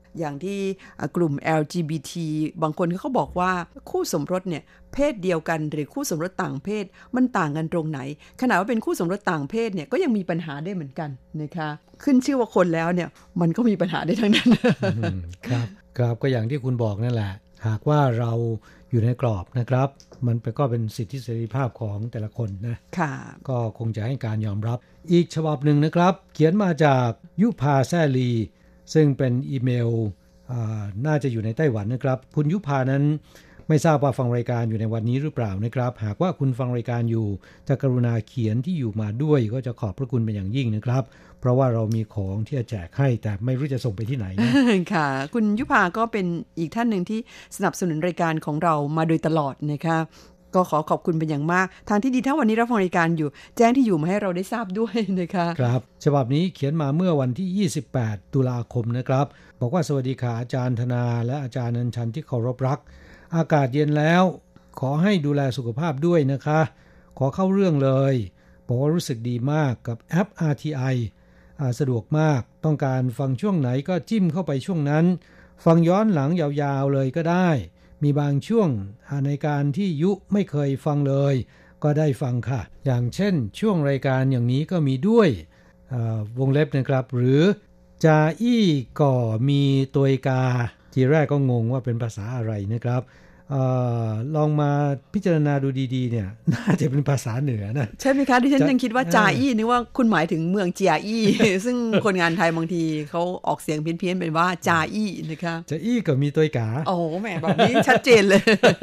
อย่างที่กลุ่ม LGBT บางคนเขาบอกว่าคู่สมรสเนี่ยเพศเดียวกันหรือคู่สมรสต่างเพศมันต่างกันตรงไหนขณะว่าเป็นคู่สมรสต่างเพศเนี่ยก็ยังมีปัญหาได้เหมือนกันนะคะขึ้นชื่อว่าคนแล้วเนี่ยมันก็มีปัญหาได้ทั้งนั้นครับครับก็อย่างที่คุณบอกนั่นแหละหากว่าเราอยู่ในกรอบนะครับมันก็เป็นสิทธิเสรีภาพของแต่ละคนนะค่ะก็คงจะให้การยอมรับอีกฉบับหนึ่งนะครับเขียนมาจากยุพาแซ่ลีซึ่งเป็นอีเมลน่าจะอยู่ในไต้หวันนะครับคุณยุพานั้นไม่ทราบว่าฟังรายการอยู่ในวันนี้หรือเปล่านะครับหากว่าคุณฟังรายการอยู่จะกรุณาเขียนที่อยู่มาด้วยก็จะขอบพระคุณเป็นอย่างยิ่งนะครับเพราะว่าเรามีของที่จะแจกให้แต่ไม่รู้จะส่งไปที่ไหนนะค่ะคุณยุพาก็เป็นอีกท่านหนึ่งที่สนับสนุนรายการของเรามาโดยตลอดนะคะก็ขอขอบคุณเป็นอย่างมากทางที่ดีถ้าวันนี้รับฟังรายการอยู่แจ้งที่อยู่มาให้เราได้ทราบด้วยนะคะครับฉบับนี้เขียนมาเมื่อวันที่28ตุลาคมนะครับบอกว่าสวัสดีค่ะอาจารย์ธนาและอาจารย์นันชันที่เคารพรักอากาศเย็นแล้วขอให้ดูแลสุขภาพด้วยนะคะขอเข้าเรื่องเลยบอกว่ารู้สึกดีมากกับแอป RTI สะดวกมากต้องการฟังช่วงไหนก็จิ้มเข้าไปช่วงนั้นฟังย้อนหลังยาวๆเลยก็ได้มีบางช่วงในการที่ยุไม่เคยฟังเลยก็ได้ฟังค่ะอย่างเช่นช่วงรายการอย่างนี้ก็มีด้วยวงเล็บนะครับหรือจาอี้ก่อมีตัวกาทีแรกก็งงว่าเป็นภาษาอะไรนะครับลองมาพิจารณาดูดีๆเนี่ยน่าจะเป็นภาษาเหนือนะใช่ไหมคะที่ฉันยังคิดว่าจาอี้นึกว่าคุณหมายถึงเมืองเจียอี้ ซึ่งคนงานไทยบางทีเขาออกเสียงเพี้ยนๆเป็นว่าจาอี้นะคะจาอี้ก็มีตัวกาโอ้แหมแบบนี้ชัดเจนเลย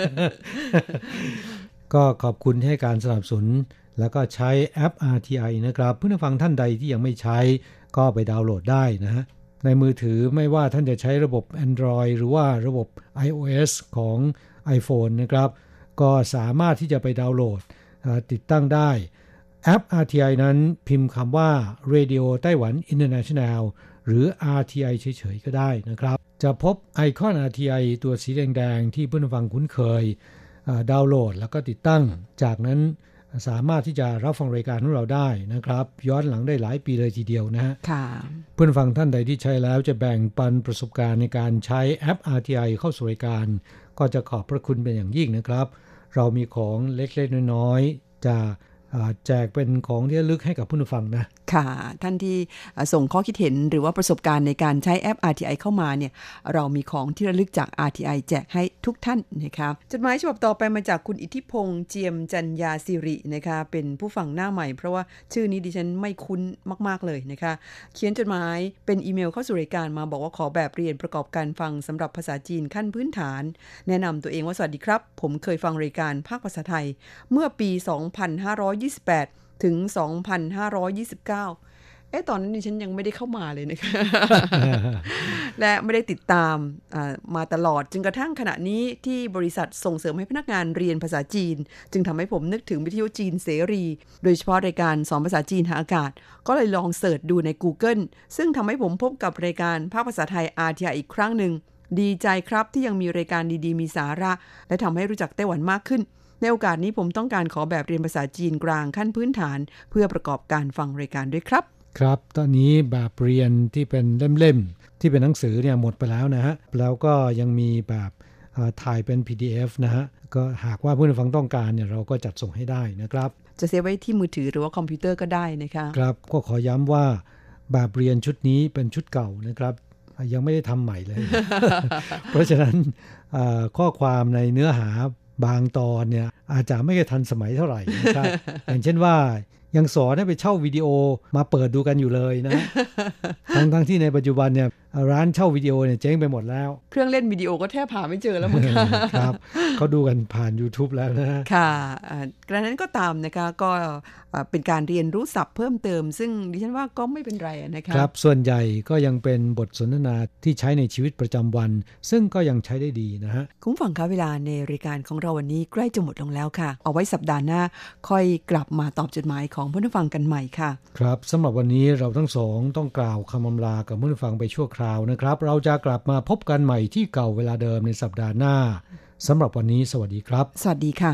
ก็ขอบคุณให้การสนับสนุนแล้วก็ใช้แอป RTI นะครับผู้ฟังท่านใดที่ยังไม่ใช้ก็ไปดาวน์โหลดได้นะในมือถือไม่ว่าท่านจะใช้ระบบ Android หรือว่าระบบ iOS ของ iPhone นะครับก็สามารถที่จะไปดาวน์โหลดติดตั้งได้แอป RTI นั้นพิมพ์คำว่า Radio ไต้หวัน International หรือ RTI เฉยๆก็ได้นะครับจะพบไอคอน RTI ตัวสีแดงๆที่ผู้ฟังคุ้นเคยดาวน์โหลดแล้วก็ติดตั้งจากนั้นสามารถที่จะรับฟังรายการของเราได้นะครับย้อนหลังได้หลายปีเลยทีเดียวนะฮะเพื่อนฟังท่านใดที่ใช้แล้วจะแบ่งปันประสบการณ์ในการใช้แอป RTI เข้าสู่รายการก็จะขอบพระคุณเป็นอย่างยิ่งนะครับเรามีของเล็กๆน้อยๆจะแจกเป็นของที่ระลึกให้กับผู้ฟังนะค่ะท่านที่ส่งข้อคิดเห็นหรือว่าประสบการณ์ในการใช้แอป RTI เข้ามาเนี่ยเรามีของที่ระลึกจาก RTI แจกให้ทุกท่านนะคะจดหมายฉบับต่อไปมาจากคุณอิทธิพงษ์เจียมจัญญาสิรินะคะเป็นผู้ฟังหน้าใหม่เพราะว่าชื่อนี้ดิฉันไม่คุ้นมากๆเลยนะคะเขียนจดหมายเป็นอีเมลเข้าสู่รายการมาบอกว่าขอแบบเรียนประกอบการฟังสำหรับภาษาจีนขั้นพื้นฐานแนะนำตัวเองว่าสวัสดีครับผมเคยฟังรายการภาคภาษาไทยเมื่อปี 2528ถึง 2529 ตอนนั้นดิฉันยังไม่ได้เข้ามาเลยนะคะ และไม่ได้ติดตามมาตลอดจนกระทั่งขณะนี้ที่บริษัทส่งเสริมให้พนักงานเรียนภาษาจีนจึงทำให้ผมนึกถึงวิทยุจีนเสรีโดยเฉพาะรายการสอนภาษาจีนทางอากาศก็เลยลองเสิร์ชดูใน Google ซึ่งทำให้ผมพบกับรายการภาคภาษาไทย RTI อีกครั้งหนึ่งดีใจครับที่ยังมีรายการดีๆมีสาระและทำให้รู้จักไต้หวันมากขึ้นในโอกาสนี้ผมต้องการขอแบบเรียนภาษาจีนกลางขั้นพื้นฐานเพื่อประกอบการฟังรายการด้วยครับครับตอนนี้แบบเรียนที่เป็นเล่มๆที่เป็นหนังสือเนี่ยหมดไปแล้วนะฮะแล้วก็ยังมีแบบถ่ายเป็น PDF นะฮะก็หากว่าผู้ฟังต้องการเนี่ยเราก็จัดส่งให้ได้นะครับจะเซฟไว้ที่มือถือหรือว่าคอมพิวเตอร์ก็ได้นะคะครับก็ขอย้ำว่าแบบเรียนชุดนี้เป็นชุดเก่านะครับยังไม่ได้ทำใหม่เลย เพราะฉะนั้นข้อความในเนื้อหาบางตอนเนี่ยอาจจะไม่ทันสมัยเท่าไหร่นะครับ อย่างเช่นว่ายังสอนให้ไปเช่าวิดีโอมาเปิดดูกันอยู่เลยนะ ทั้งที่ในปัจจุบันเนี่ยร้านเช่าวิดีโอเนี่ยเจ๊งไปหมดแล้วเครื่องเล่นวิดีโอก็แทบหาไม่เจอแล้วเหมือนกันครับเขาดูกันผ่าน YouTube แล้วนะค่ะกระนั้นก็ตามนะคะก็เป็นการเรียนรู้ศัพท์เพิ่มเติมซึ่งดิฉันว่าก็ไม่เป็นไรนะคะครับส่วนใหญ่ก็ยังเป็นบทสนทนาที่ใช้ในชีวิตประจำวันซึ่งก็ยังใช้ได้ดีนะฮะคุณฟังคะเวลาในรายการของเราวันนี้ใกล้จะหมดลงแล้วค่ะเอาไว้สัปดาห์หน้าค่อยกลับมาตอบจดหมายของผู้ฟังกันใหม่ค่ะครับสำหรับวันนี้เราทั้งสองต้องกล่าวคำอำลากับผู้ฟังไปชั่วคราวนะครับเราจะกลับมาพบกันใหม่ที่เก่าเวลาเดิมในสัปดาห์หน้าสำหรับวันนี้สวัสดีครับสวัสดีค่ะ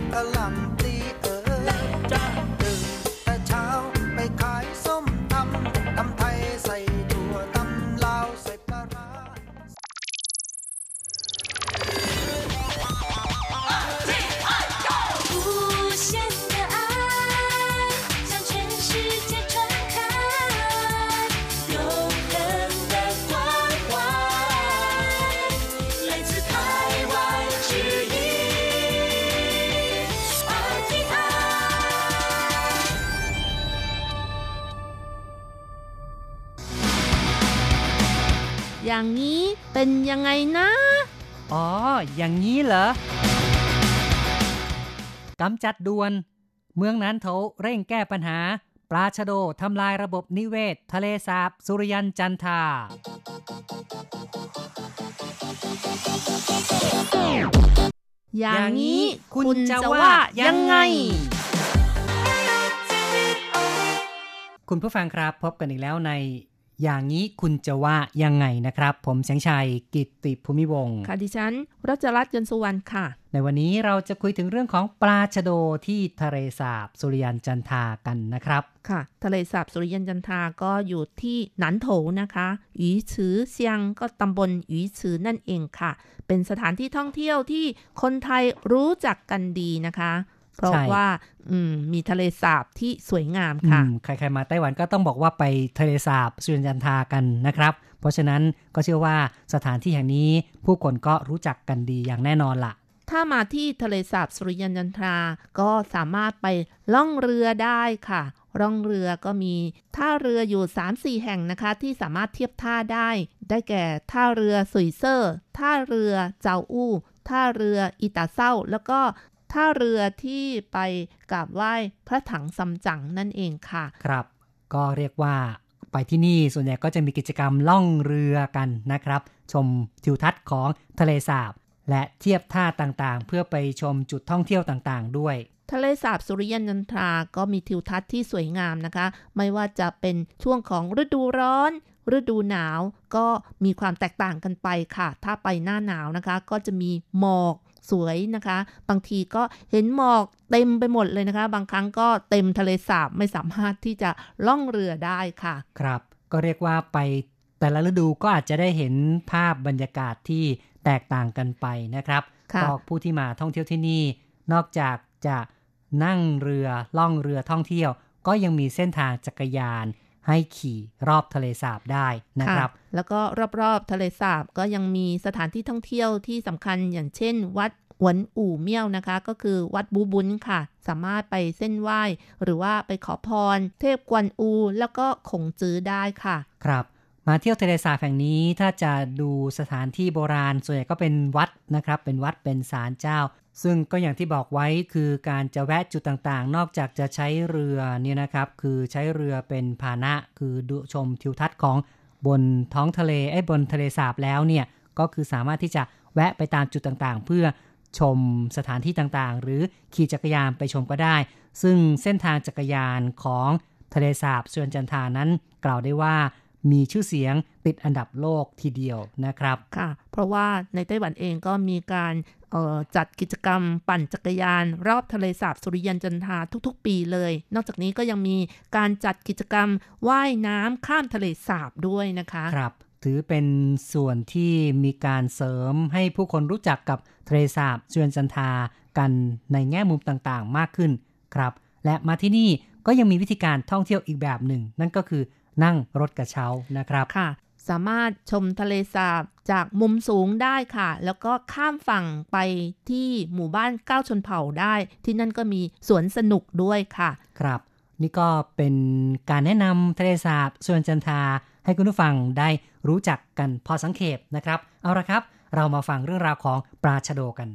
กะหล่ำปลีจะตื่นแต่เช้าไปขายส้มตำไทยใส่ถั่วตำลาวใส่ปลาร้าอย่างนี้เป็นยังไงนะอ๋ออย่างนี้เหรอกำจัดด่วนเมืองนั้นเขาเร่งแก้ปัญหาปลาชะโดทำลายระบบนิเวศทะเลสาบสุริยันจันทราอย่างนี้คุณจะว่ายังไงคุณผู้ฟังครับพบกันอีกแล้วในอย่างนี้คุณจะว่ายังไงนะครับผมแสงชัยกิตติภูมิวงศ์ค่ะดิฉันรัชรัตน์ยนต์สุวรรณค่ะในวันนี้เราจะคุยถึงเรื่องของปลาชะโดที่ทะเลสาบสุริยันจันทรากันนะครับค่ะทะเลสาบสุริยันจันทราก็อยู่ที่หนานโถนะคะหยีฉือเซียงก็ตำบลหยีฉือนั่นเองค่ะเป็นสถานที่ท่องเที่ยวที่คนไทยรู้จักกันดีนะคะเพราะว่ามีทะเลสาบที่สวยงามค่ะใครๆมาไต้หวันก็ต้องบอกว่าไปทะเลสาบสุริยันจันทรากันนะครับเพราะฉะนั้นก็เชื่อว่าสถานที่แห่งนี้ผู้คนก็รู้จักกันดีอย่างแน่นอนล่ะถ้ามาที่ทะเลสาบสุริยันจันทราก็สามารถไปล่องเรือได้ค่ะล่องเรือก็มีท่าเรืออยู่ 3-4 แห่งนะคะที่สามารถเทียบท่าได้แก่ท่าเรือสุยเซอร์ท่าเรือเจ้าอู้ท่าเรืออิตาเซ้าแล้วก็ท่าเรือที่ไปกราบไหว้พระถังซัมจั๋งนั่นเองค่ะครับก็เรียกว่าไปที่นี่ส่วนใหญ่ก็จะมีกิจกรรมล่องเรือกันนะครับชมทิวทัศน์ของทะเลสาบและเทียบท่าต่างๆเพื่อไปชมจุดท่องเที่ยวต่างๆด้วยทะเลสาบสุริยันจันทราก็มีทิวทัศน์ที่สวยงามนะคะไม่ว่าจะเป็นช่วงของฤดูร้อนฤดูหนาวก็มีความแตกต่างกันไปค่ะถ้าไปหน้าหนาวนะคะก็จะมีหมอกสวยนะคะบางทีก็เห็นหมอกเต็มไปหมดเลยนะคะบางครั้งก็เต็มทะเลสาบไม่สามารถที่จะล่องเรือได้ค่ะครับก็เรียกว่าไปแต่ละฤดูก็อาจจะได้เห็นภาพบรรยากาศที่แตกต่างกันไปนะครับก็ผู้ที่มาท่องเที่ยวที่นี่นอกจากจะนั่งเรือล่องเรือท่องเที่ยวก็ยังมีเส้นทางจักรยานให้ขี่รอบทะเลสาบได้นะครับแล้วก็รอบๆทะเลสาบก็ยังมีสถานที่ท่องเที่ยวที่สำคัญอย่างเช่นวัดหวนอู่เมี่ยวนะคะก็คือวัดบูบุญค่ะสามารถไปเส้นไหว้หรือว่าไปขอพรเทพกวนอูแล้วก็ขงจื้อได้ค่ะครับมาเที่ยวทะเลสาบแห่งนี้ถ้าจะดูสถานที่โบราณส่วนใหญ่ก็เป็นวัดนะครับเป็นวัดเป็นศาลเจ้าซึ่งก็อย่างที่บอกไว้คือการจะแวะจุดต่างๆนอกจากจะใช้เรือเนี่ยนะครับคือใช้เรือเป็นพาหนะคือดูชมทิวทัศน์ของบนท้องทะเลบนทะเลสาบแล้วเนี่ยก็คือสามารถที่จะแวะไปตามจุดต่างๆเพื่อชมสถานที่ต่างๆหรือขี่จักรยานไปชมก็ได้ซึ่งเส้นทางจักรยานของทะเลสาบสุริยันจันทรานั้นกล่าวได้ว่ามีชื่อเสียงติดอันดับโลกทีเดียวนะครับค่ะเพราะว่าในไต้หวันเองก็มีการจัดกิจกรรมปั่นจักรยานรอบทะเลสาบสุริยันจันทราทุกๆปีเลยนอกจากนี้ก็ยังมีการจัดกิจกรรมว่ายน้ำข้ามทะเลสาบด้วยนะคะครับถือเป็นส่วนที่มีการเสริมให้ผู้คนรู้จักกับทะเลสาบสุริยันจันทรากันในแง่มุมต่างๆมากขึ้นครับและมาที่นี่ก็ยังมีวิธีการท่องเที่ยวอีกแบบหนึ่งนั่นก็คือนั่งรถกระเช้านะครับค่ะสามารถชมทะเลสาบจากมุมสูงได้ค่ะแล้วก็ข้ามฝั่งไปที่หมู่บ้าน9ชนเผ่าได้ที่นั่นก็มีสวนสนุกด้วยค่ะครับนี่ก็เป็นการแนะนำทะเลสาบสุริยันจันทราให้คุณผู้ฟังได้รู้จักกันพอสังเขปนะครับเอาละครับเรามาฟังเรื่องราวของปลาชะโดกัน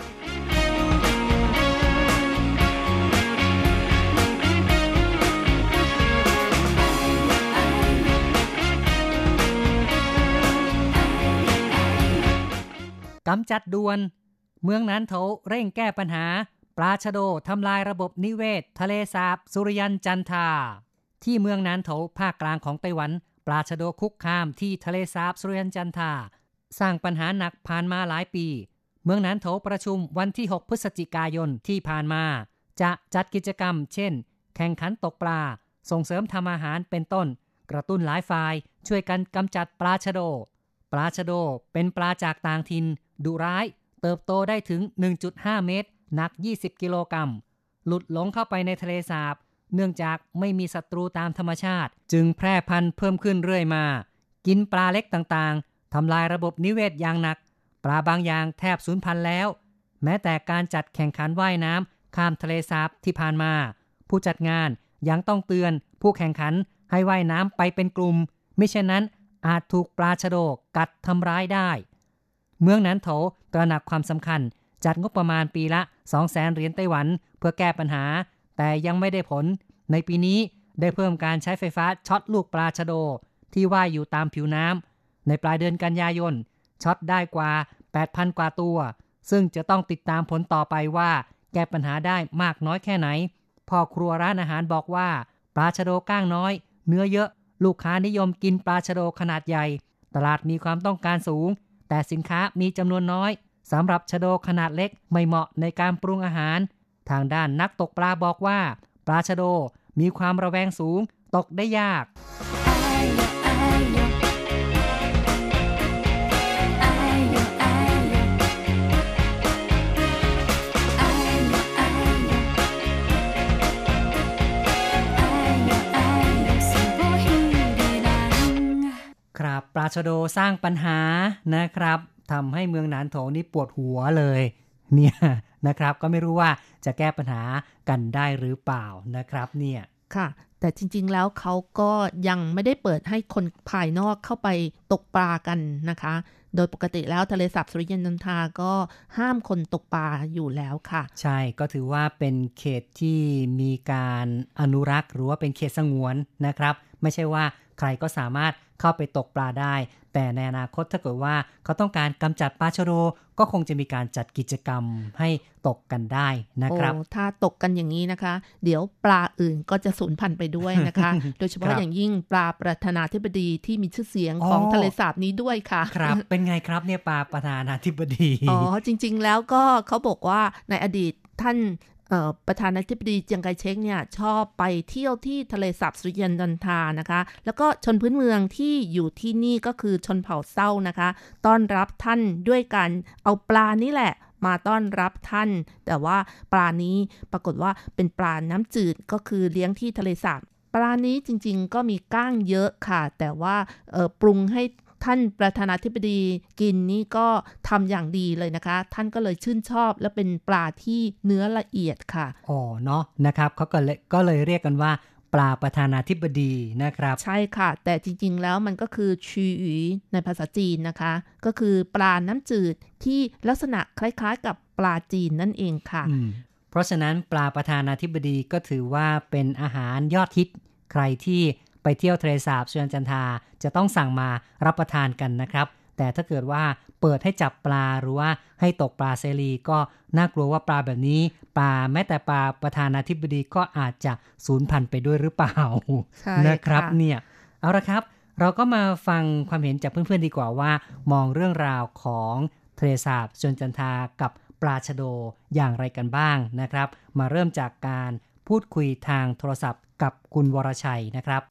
กำจัดด่วนเมืองนั้นเขาเร่งแก้ปัญหาปลาชะโดทำลายระบบนิเวศทะเลสาบสุริยันจันทราที่เมืองนั้นเขาภาคกลางของไต้หวันปลาชะโดคุกคามที่ทะเลสาบสุริยันจันทราสร้างปัญหาหนักผ่านมาหลายปีเมืองหนานโถประชุมวันที่6พฤศจิกายนที่ผ่านมาจะจัดกิจกรรมเช่นแข่งขันตกปลาส่งเสริมทำอาหารเป็นต้นกระตุ้นหลายฝ่ายช่วยกันกำจัดปลาชะโดปลาชะโดเป็นปลาจากต่างถิ่นดุร้ายเติบโตได้ถึง 1.5 เมตรหนัก20กิโลกรัมหลุดหลงเข้าไปในทะเลสาบเนื่องจากไม่มีศัตรูตามธรรมชาติจึงแพร่พันธุ์เพิ่มขึ้นเรื่อยมากินปลาเล็กต่างๆทำลายระบบนิเวศอย่างหนักปลาบางอย่างแทบสูญพันธุ์แล้วแม้แต่การจัดแข่งขันว่ายน้ำข้ามทะเลสาบที่ผ่านมาผู้จัดงานยังต้องเตือนผู้แข่งขันให้ว่ายน้ำไปเป็นกลุ่มมิฉะนั้นอาจถูกปลาชะโดกัดทำร้ายได้เมืองหนานโถตระหนักความสำคัญจัดงบประมาณปีละ 200,000 เหรียญไต้หวันเพื่อแก้ปัญหาแต่ยังไม่ได้ผลในปีนี้ได้เพิ่มการใช้ไฟฟ้าช็อตลูกปลาชะโดที่ว่ายอยู่ตามผิวน้ำในปลายเดือนกันยายนช็อตได้กว่า 8,000 กว่าตัวซึ่งจะต้องติดตามผลต่อไปว่าแก้ปัญหาได้มากน้อยแค่ไหนพ่อครัวร้านอาหารบอกว่าปลาชะโดก้างน้อยเนื้อเยอะลูกค้านิยมกินปลาชะโดขนาดใหญ่ตลาดมีความต้องการสูงแต่สินค้ามีจำนวนน้อยสำหรับชะโดขนาดเล็กไม่เหมาะในการปรุงอาหารทางด้านนักตกปลาบอกว่าปลาชะโดมีความระแวงสูงตกได้ยากครับปลาชะโดสร้างปัญหานะครับทำให้เมืองหนานโถนี่ปวดหัวเลยเนี่ยนะครับก็ไม่รู้ว่าจะแก้ปัญหากันได้หรือเปล่านะครับเนี่ยค่ะแต่จริงๆแล้วเขาก็ยังไม่ได้เปิดให้คนภายนอกเข้าไปตกปลากันนะคะโดยปกติแล้วทะเลสาบสุริยันจันทราก็ห้ามคนตกปลาอยู่แล้วค่ะใช่ก็ถือว่าเป็นเขตที่มีการอนุรักษ์หรือว่าเป็นเขตสงวนนะครับไม่ใช่ว่าใครก็สามารถเข้าไปตกปลาได้แต่ในอนาคตถ้าเกิดว่าเขาต้องการกำจัดปลาชะโดก็คงจะมีการจัดกิจกรรมให้ตกกันได้นะครับถ้าตกกันอย่างนี้นะคะเดี๋ยวปลาอื่นก็จะสูญพันธุ์ไปด้วยนะคะ โดยเฉพาะอย่างยิ่งปลาประธานาธิบดีที่มีชื่อเสียงของทะเลสาบนี้ด้วยค่ะครับเป็นไงครับเนี่ยปลาประธานาธิบดีจริงๆแล้วก็เขาบอกว่าในอดีตท่านประธานาธิบดีเจียงไคเชกเนี่ยชอบไปเที่ยวที่ทะเลสาบสุริยันจันทรานะคะแล้วก็ชนพื้นเมืองที่อยู่ที่นี่ก็คือชนเผ่าเซ่านะคะต้อนรับท่านด้วยการเอาปลานี่แหละมาต้อนรับท่านแต่ว่าปลานี้ปรากฏว่าเป็นปลาน้ำจืดก็คือเลี้ยงที่ทะเลสาบปลานี้จริงๆก็มีก้างเยอะค่ะแต่ว่าปรุงให้ท่านประธานาธิบดีกินนี่ก็ทำอย่างดีเลยนะคะท่านก็เลยชื่นชอบและเป็นปลาที่เนื้อละเอียดค่ะเนาะนะครับเขาก็เลยเรียกกันว่าปลาประธานาธิบดีนะครับใช่ค่ะแต่จริงๆแล้วมันก็คือชีอูในภาษาจีนนะคะก็คือปลาน้ำจืดที่ลักษณะคล้ายๆกับปลาจีนนั่นเองค่ะเพราะฉะนั้นปลาประธานาธิบดีก็ถือว่าเป็นอาหารยอดฮิตใครที่ไปเที่ยวทะเลสาบสุริยันจันทราจะต้องสั่งมารับประทานกันนะครับแต่ถ้าเกิดว่าเปิดให้จับปลาหรือว่าให้ตกปลาเสรีก็น่ากลัวว่าปลาแบบนี้แม้แต่ปลาประธานาธิบดีก็อาจจะสูญพันธุ์ไปด้วยหรือเปล่านะครับเนี่ยเอาละครับเราก็มาฟังความเห็นจากเพื่อนๆดีกว่าว่ามองเรื่องราวของทะเลสาบสุริยันจันทรากับปลาชะโดอย่างไรกันบ้างนะครับมาเริ่มจากการพูดคุยทางโทรศัพท์กับคุณวรชัยนะครับ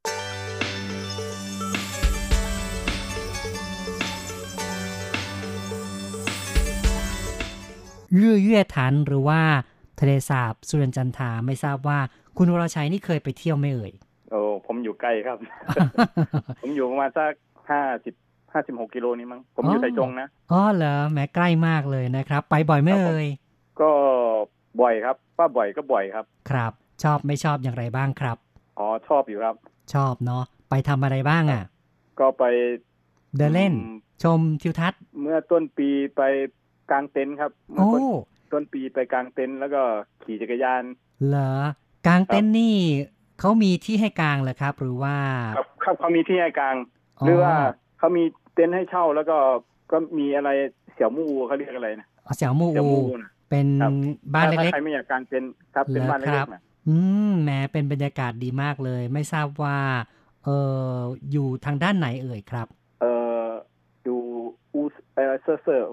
เยื่อถันหรือว่าทะเลสาบสุริยันจันทราไม่ทราบว่าคุณวรชัยนี่เคยไปเที่ยวไหมเอ่ยผมอยู่ใกล้ครับ ผมอยู่ประมาณสัก56กิโลนี่มั้งผมอยู่ไทจงนะเหรอแม้ใกล้มากเลยนะครับไปบ่อยไหมเอ่ยก็บ่อยครับว่าบ่อยก็บ่อยครับครับชอบไม่ชอบอย่างไรบ้างครับชอบอยู่ครับชอบเนาะไปทำอะไรบ้างอ่ะก็ไปเดินเล่นชมทิวทัศน์เมื่อต้นปีไปกางเต็นท์ครับต้นปีไปกางเต็นท์แล้วก็ขี่จักรยานเหรอกางเต็นท์นี่เขามีที่ให้กางเหรอครับหรือว่าครับเขามีที่ให้กางหรือว่าเขามีเต็นท์ให้เช่าแล้วก็มีอะไรเสี่ยวมู่เขาเรียกอะไรนะเสี่ยวมู่เป็นบ้านเล็กๆใครไม่อยากกางเต็นท์ครับเป็นบ้านเล็กๆนะแหมเป็นบรรยากาศดีมากเลยไม่ทราบว่าอยู่ทางด้านไหนเอ่ยครับอยู่เซอร์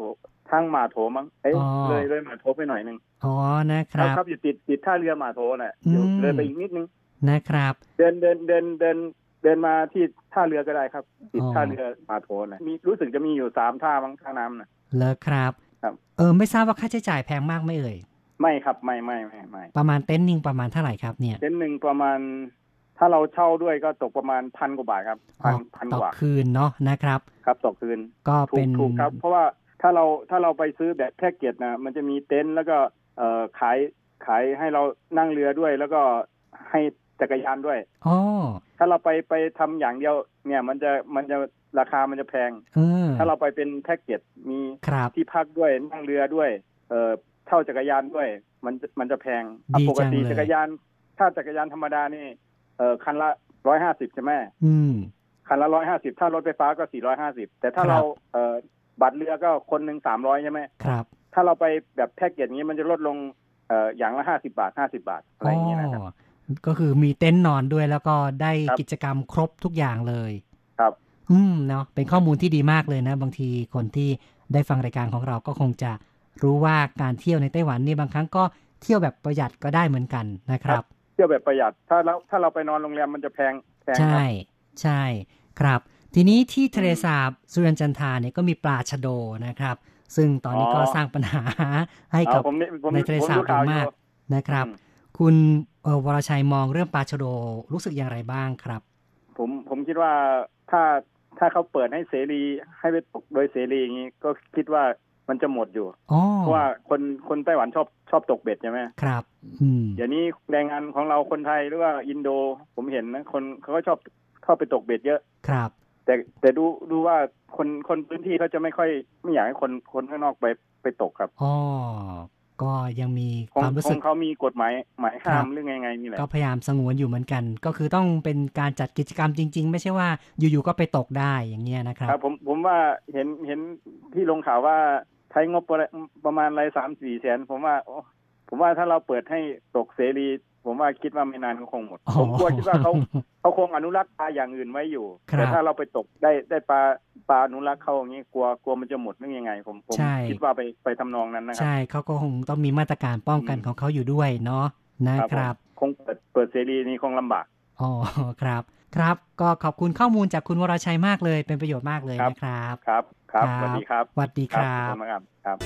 ทางหมาโถมั้งเลยหมาโถไปหน่อยนึงอ๋อนะครับครับอยู่ติดท่าเรือหมาโถน่ะอยู่เลยไปอีกนิดนึงนะครับเดินมาที่ท่าเรือก็ได้ครับติดท่าเรือหมาโถน่ะมีรู้สึกจะมีอยู่3ท่ามั้งท่าน้ำน่ะเหรอครับไม่ทราบว่าค่าใช้จ่ายแพงมากไหมเอ่ยไม่ครับไม่ประมาณเต็นท์นึงประมาณเท่าไหร่ครับเนี่ยเต็นท์นึงประมาณถ้าเราเช่าด้วยก็ตกประมาณ1,000 กว่าบาทครับพันกว่าต่อคืนเนาะนะครับครับต่อคืนก็เป็นถูกครับเพราะว่าถ้าเราไปซื้อแบบแพ็คเกจนะมันจะมีเต็นท์แล้วก็ขายให้เรานั่งเรือด้วยแล้วก็ให้จักรยานด้วยถ้าเราไปทำอย่างเดียวเนี่ยมันจะราคามันจะแพงถ้าเราไปเป็นแพ็คเกจมีที่พักด้วยนั่งเรือด้วยเช่าจักรยานด้วยมันจะแพงปกติจักรยานถ้าจักรยานธรรมดานี่คันละ150ใช่ไหมคันละ150ถ้ารถไฟฟ้าก็450แต่ถ้าเราบัตรเรือก็คนนึง300ใช่ไหมครับถ้าเราไปแบบแพ็คเกจนี้มันจะลดลงอย่างละ50 บาทอะไรอย่างเงี้ยนะครับก็คือมีเต็นท์นอนด้วยแล้วก็ได้กิจกรรมครบทุกอย่างเลยครับเนาะเป็นข้อมูลที่ดีมากเลยนะบางทีคนที่ได้ฟังรายการของเราก็คงจะรู้ว่าการเที่ยวในไต้หวันนี่บางครั้งก็เที่ยวแบบประหยัดก็ได้เหมือนกันนะครับเที่ยวแบบประหยัดถ้าเราไปนอนโรงแรมมันจะแพงใช่ครับทีนี้ที่ทะเลสาบสุริยันจันทราเนี่ยก็มีปลาชะโดนะครับซึ่งตอนนี้ก็สร้างปัญหาให้กับในทะเลสาบมากนะครับคุณวรชัยมองเรื่องปลาชะโดรู้สึกอย่างไรบ้างครับผมคิดว่าถ้าเขาเปิดให้เสรีให้ไปตกโดยเสรีอย่างนี้ก็คิดว่ามันจะหมดอยู่เพราะว่าคนไต้หวันชอบตกเบ็ดใช่ไหมครับเดี๋ยวนี้แรงงานของเราคนไทยหรือว่าอินโดผมเห็นนะคนเขาก็ชอบเข้าไปตกเบ็ดเยอะครับแต่ดูว่าคนพื้นที่เขาจะไม่อยากให้คนข้างนอกไปตกครับก็ยังมีความรู้สึกเขามีกฎหมายห้ามเรื่องไงนี่แหละก็พยายามสงวนอยู่เหมือนกันก็คือต้องเป็นการจัดกิจกรรมจริงๆไม่ใช่ว่าอยู่ๆก็ไปตกได้อย่างเงี้ยนะครับผมว่าเห็นที่ลงข่าวว่าใช้งบประมาณอะไร 3-4 แสนผมว่าถ้าเราเปิดให้ตกเสรีผมว่าคิดว่าไม่นานก็คงหมดผมกลัวคิดว่าเขาคงอนุรักษ์ปลาอย่างอื่นไว้อยู่แต่ถ้าเราไปตกได้ปลาอนุรักษ์เขาอย่างนี้กลัวมันจะหมดเรื่องยังไงผมคิดว่าไปทำนองนั้นนะครับใช่เขาก็คงต้องมีมาตรการป้องกันของเขาอยู่ด้วยเนาะนะครับคงเปิดเสรีนี้คงลำบากครับก็ขอบคุณข้อมูลจากคุณวรชัยมากเลยเป็นประโยชน์มากเลยนะครับครับสวัสดีครับสวัสดีครับครับ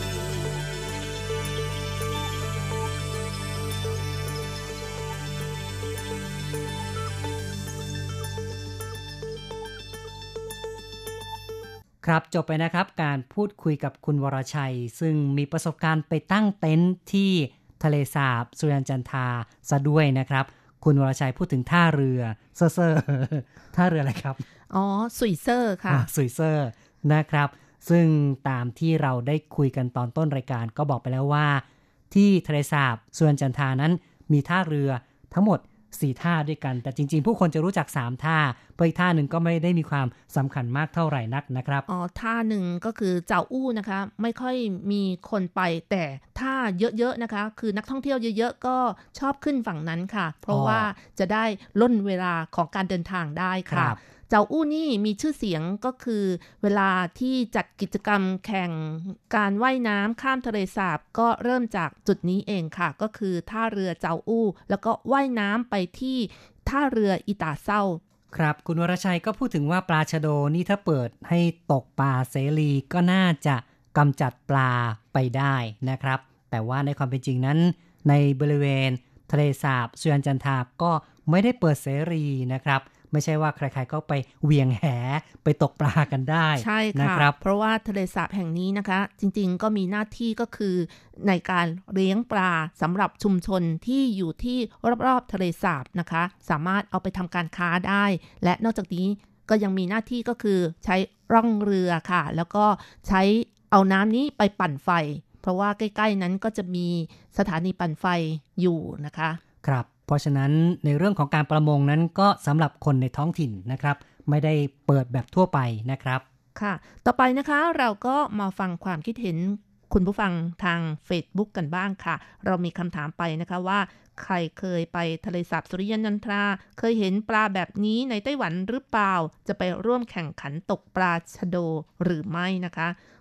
ครับจบไปนะครับการพูดคุยกับคุณวรชัยซึ่งมีประสบการณ์ไปตั้งเต็นท์ที่ทะเลสาบสุริยันจันทราซะด้วยนะครับคุณวรชัยพูดถึงท่าเรือเซอร์ท่าเรืออะไรครับสุยเซอร์ค่ะสุยเซอร์นะครับซึ่งตามที่เราได้คุยกันตอนต้นรายการก็บอกไปแล้วว่าที่ทะเลสาบสุริยันจันทรานั้นมีท่าเรือทั้งหมด4ท่าด้วยกันแต่จริงๆผู้คนจะรู้จัก3ท่าเพราะอีกท่าหนึ่งก็ไม่ได้มีความสำคัญมากเท่าไหร่นักนะครับท่าหนึ่งก็คือเจ้าอู้นะคะไม่ค่อยมีคนไปแต่ท่าเยอะๆนะคะคือนักท่องเที่ยวเยอะๆก็ชอบขึ้นฝั่งนั้นค่ะเพราะว่าจะได้ล่นเวลาของการเดินทางได้ค่ะเจ้าอู้นี่มีชื่อเสียงก็คือเวลาที่จัดกิจกรรมแข่งการว่ายน้ำข้ามทะเลสาบก็เริ่มจากจุดนี้เองค่ะก็คือท่าเรือเจ้าอู้แล้วก็ว่ายน้ำไปที่ท่าเรืออิตาเซาครับคุณวรชัยก็พูดถึงว่าปลาชะโดนี่ถ้าเปิดให้ตกปลาเสรีก็น่าจะกำจัดปลาไปได้นะครับแต่ว่าในความเป็นจริงนั้นในบริเวณทะเลสาบสุริยันจันทราก็ไม่ได้เปิดเสรีนะครับไม่ใช่ว่าใครๆก็ไปเหวี่ยงแหไปตกปลากันได้ใช่ค่ะนะครับเพราะว่าทะเลสาบแห่งนี้นะคะจริงๆก็มีหน้าที่ก็คือในการเลี้ยงปลาสำหรับชุมชนที่อยู่ที่รอบๆทะเลสาบนะคะสามารถเอาไปทำการค้าได้และนอกจากนี้ก็ยังมีหน้าที่ก็คือใช้ร่องเรือค่ะแล้วก็ใช้เอาน้ำนี้ไปปั่นไฟเพราะว่าใกล้ๆนั้นก็จะมีสถานีปั่นไฟอยู่นะคะครับเพราะฉะนั้นในเรื่องของการประมงนั้นก็สำหรับคนในท้องถิ่นนะครับไม่ได้เปิดแบบทั่วไปนะครับค่ะต่อไปนะคะเราก็มาฟังความคิดเห็นคุณผู้ฟังทาง Facebook กันบ้างค่ะเรามีคำถามไปนะคะว่าใครเคยไปทะเลสาบสุริยันจันทราเคยเห็นปลาแบบนี้ในไต้หวันหรือเปล่าจะไปร่วมแข่งขันตกปลาชะโดหรือไม่นะคะ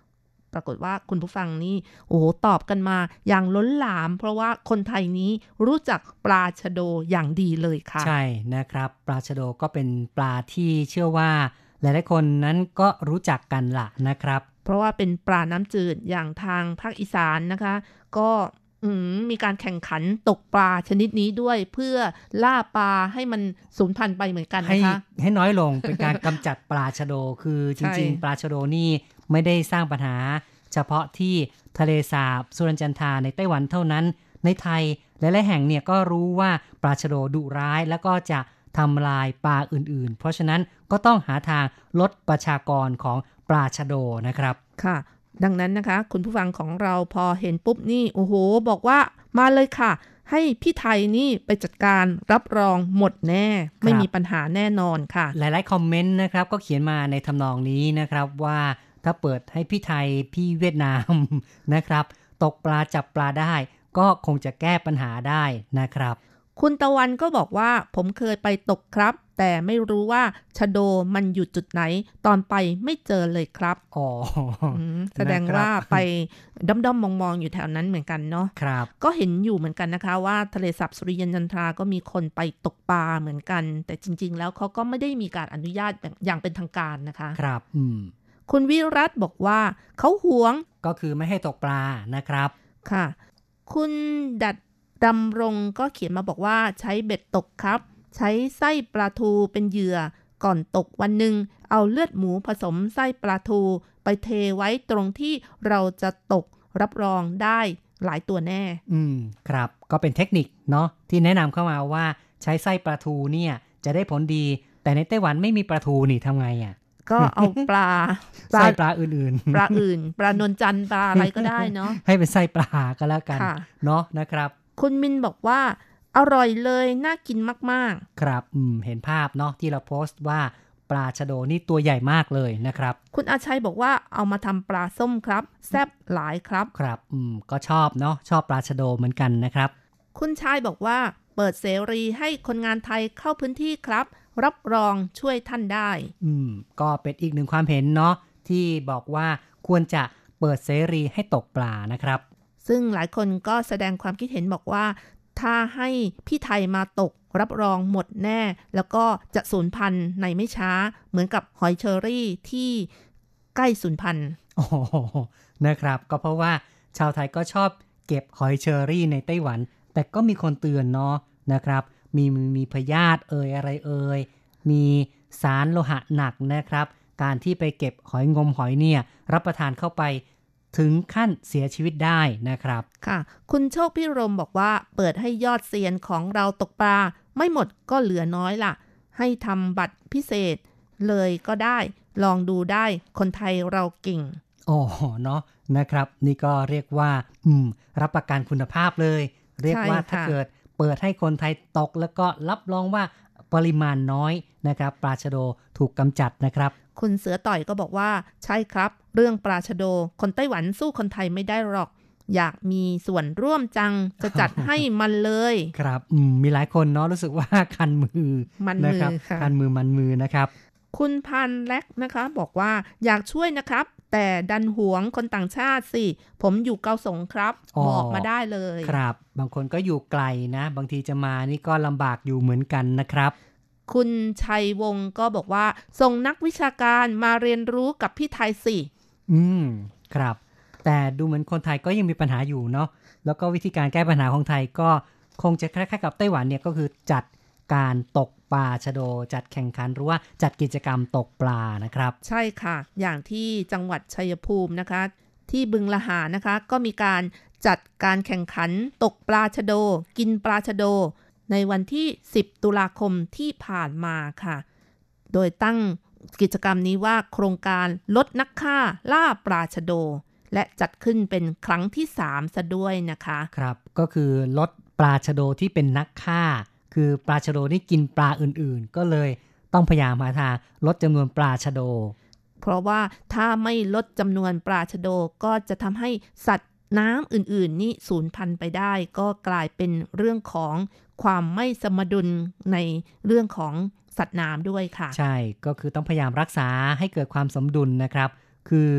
ปรากฏว่าคุณผู้ฟังนี่ตอบกันมาอย่างล้นหลามเพราะว่าคนไทยนี้รู้จักปลาชะโดอย่างดีเลยค่ะใช่นะครับปลาชะโดก็เป็นปลาที่เชื่อว่าหลายๆคนนั้นก็รู้จักกันล่ะนะครับเพราะว่าเป็นปลาน้ำจืดอย่างทางภาคอีสานนะคะก็มีการแข่งขันตกปลาชนิดนี้ด้วยเพื่อล่าปลาให้มันสูญพันธุ์ไปเหมือนกันนะคะให้น้อยลง เป็นการกำจัดปลาชะโดคือจริงๆปลาชะโดนี่ไม่ได้สร้างปัญหาเฉพาะที่ทะเลสาบสุรินทร์จันทราในไต้หวันเท่านั้นในไทยหลายๆแห่งเนี่ยก็รู้ว่าปลาชะโดดุร้ายแล้วก็จะทำลายปลาอื่นๆเพราะฉะนั้นก็ต้องหาทางลดประชากรของปลาชะโดนะครับค่ะดังนั้นนะคะคุณผู้ฟังของเราพอเห็นปุ๊บนี่บอกว่ามาเลยค่ะให้พี่ไทยนี่ไปจัดการรับรองหมดแน่ไม่มีปัญหาแน่นอนค่ะหลายๆคอมเมนต์นะครับก็เขียนมาในทำนองนี้นะครับว่าถ้าเปิดให้พี่ไทยพี่เวียดนามนะครับตกปลาจับปลาได้ก็คงจะแก้ปัญหาได้นะครับคุณตะวันก็บอกว่าผมเคยไปตกครับแต่ไม่รู้ว่าชะโดมันอยู่จุดไหนตอนไปไม่เจอเลยครับแสดงว่าไปด้อมๆมองๆอยู่แถวนั้นเหมือนกันเนาะครับก็เห็นอยู่เหมือนกันนะคะว่าทะเลสาบสุริยันจันทราก็มีคนไปตกปลาเหมือนกันแต่จริงๆแล้วเขาก็ไม่ได้มีการอนุญาตอย่างเป็นทางการนะคะครับคุณวิรัตบอกว่าเขาหวงก็คือไม่ให้ตกปลานะครับค่ะคุณดัดดำรงก็เขียนมาบอกว่าใช้เบ็ดตกครับใช้ไส้ปลาทูเป็นเหยื่อก่อนตกวันหนึ่งเอาเลือดหมูผสมไส้ปลาทูไปเทไว้ตรงที่เราจะตกรับรองได้หลายตัวแน่ครับก็เป็นเทคนิคเนาะที่แนะนำเข้ามาว่าใช้ไส้ปลาทูเนี่ยจะได้ผลดีแต่ในไต้หวันไม่มีปลาทูนี่ทำไงก็เอาปลาไส้ปลาอื่นๆปลาอื่นปลานวลจันทร์ปลาอะไรก็ได้เนาะให้เป็นไส้ปลาก็แล้วกันเนาะนะครับคุณมินบอกว่าอร่อยเลยน่ากินมากๆครับเห็นภาพเนาะที่เราโพสต์ว่าปลาชะโดนี่ตัวใหญ่มากเลยนะครับคุณอาชัยบอกว่าเอามาทำปลาส้มครับแซ่บหลายครับครับก็ชอบเนาะชอบปลาชะโดเหมือนกันนะครับคุณชายบอกว่าเปิดเสรีให้คนงานไทยเข้าพื้นที่ครับรับรองช่วยท่านได้ก็เป็นอีกหนึ่งความเห็นเนาะที่บอกว่าควรจะเปิดเสรีให้ตกปลานะครับซึ่งหลายคนก็แสดงความคิดเห็นบอกว่าถ้าให้พี่ไทยมาตกรับรองหมดแน่แล้วก็จะสูญพันธุ์ในไม่ช้าเหมือนกับหอยเชอรี่ที่ใกล้สูญพันธุ์นะครับก็เพราะว่าชาวไทยก็ชอบเก็บหอยเชอรี่ในไต้หวันแต่ก็มีคนเตือนเนาะนะครับมีพยาธิอะไรมีสารโลหะหนักนะครับการที่ไปเก็บหอยงมหอยเนี่ยรับประทานเข้าไปถึงขั้นเสียชีวิตได้นะครับค่ะคุณโชคพิรมบอกว่าเปิดให้ยอดเซียนของเราตกปลาไม่หมดก็เหลือน้อยล่ะให้ทำบัตรพิเศษเลยก็ได้ลองดูได้คนไทยเราเก่งเนาะนะครับนี่ก็เรียกว่ารับประกันคุณภาพเลยเรียกว่าถ้าเกิดเปิดให้คนไทยตกแล้วก็รับรองว่าปริมาณน้อยนะครับปลาชะโดถูกกำจัดนะครับคุณเสือต่อยก็บอกว่าใช่ครับเรื่องปลาชะโดคนไต้หวันสู้คนไทยไม่ได้หรอกอยากมีส่วนร่วมจังจะจัดให้มันเลยครับมีหลายคนเนาะรู้สึกว่าคันมือนะครับคันมือมันมือนะครับคุณพันแล็กนะคะบอกว่าอยากช่วยนะครับแต่ดันหวงคนต่างชาติสิผมอยู่เกาสงครับบอกมาได้เลยครับบางคนก็อยู่ไกลนะบางทีจะมานี่ก็ลำบากอยู่เหมือนกันนะครับคุณชัยวงศ์ก็บอกว่าส่งนักวิชาการมาเรียนรู้กับพี่ไทยสิครับแต่ดูเหมือนคนไทยก็ยังมีปัญหาอยู่เนาะแล้วก็วิธีการแก้ปัญหาของไทยก็คงจะคล้ายๆกับไต้หวันเนี่ยก็คือจัดการตกปลาชะโดจัดแข่งขันหรือว่าจัดกิจกรรมตกปลานะครับใช่ค่ะอย่างที่จังหวัดชัยภูมินะคะที่บึงละหานะคะก็มีการจัดการแข่งขันตกปลาชะโดกินปลาชะโดในวันที่10ตุลาคมที่ผ่านมาค่ะโดยตั้งกิจกรรมนี้ว่าโครงการลดนักฆ่าล่าปลาชะโดและจัดขึ้นเป็นครั้งที่3ซะด้วยนะคะครับก็คือลดปลาชะโดที่เป็นนักฆ่าคือปลาชะโดนี่กินปลาอื่นๆก็เลยต้องพยายามหาทางลดจำนวนปลาชะโดเพราะว่าถ้าไม่ลดจำนวนปลาชะโดก็จะทำให้สัตว์น้ำอื่นๆนี่สูญพันธุ์ไปได้ก็กลายเป็นเรื่องของความไม่สมดุลในเรื่องของสัตว์น้ำด้วยค่ะใช่ก็คือต้องพยายามรักษาให้เกิดความสมดุลนะครับคือ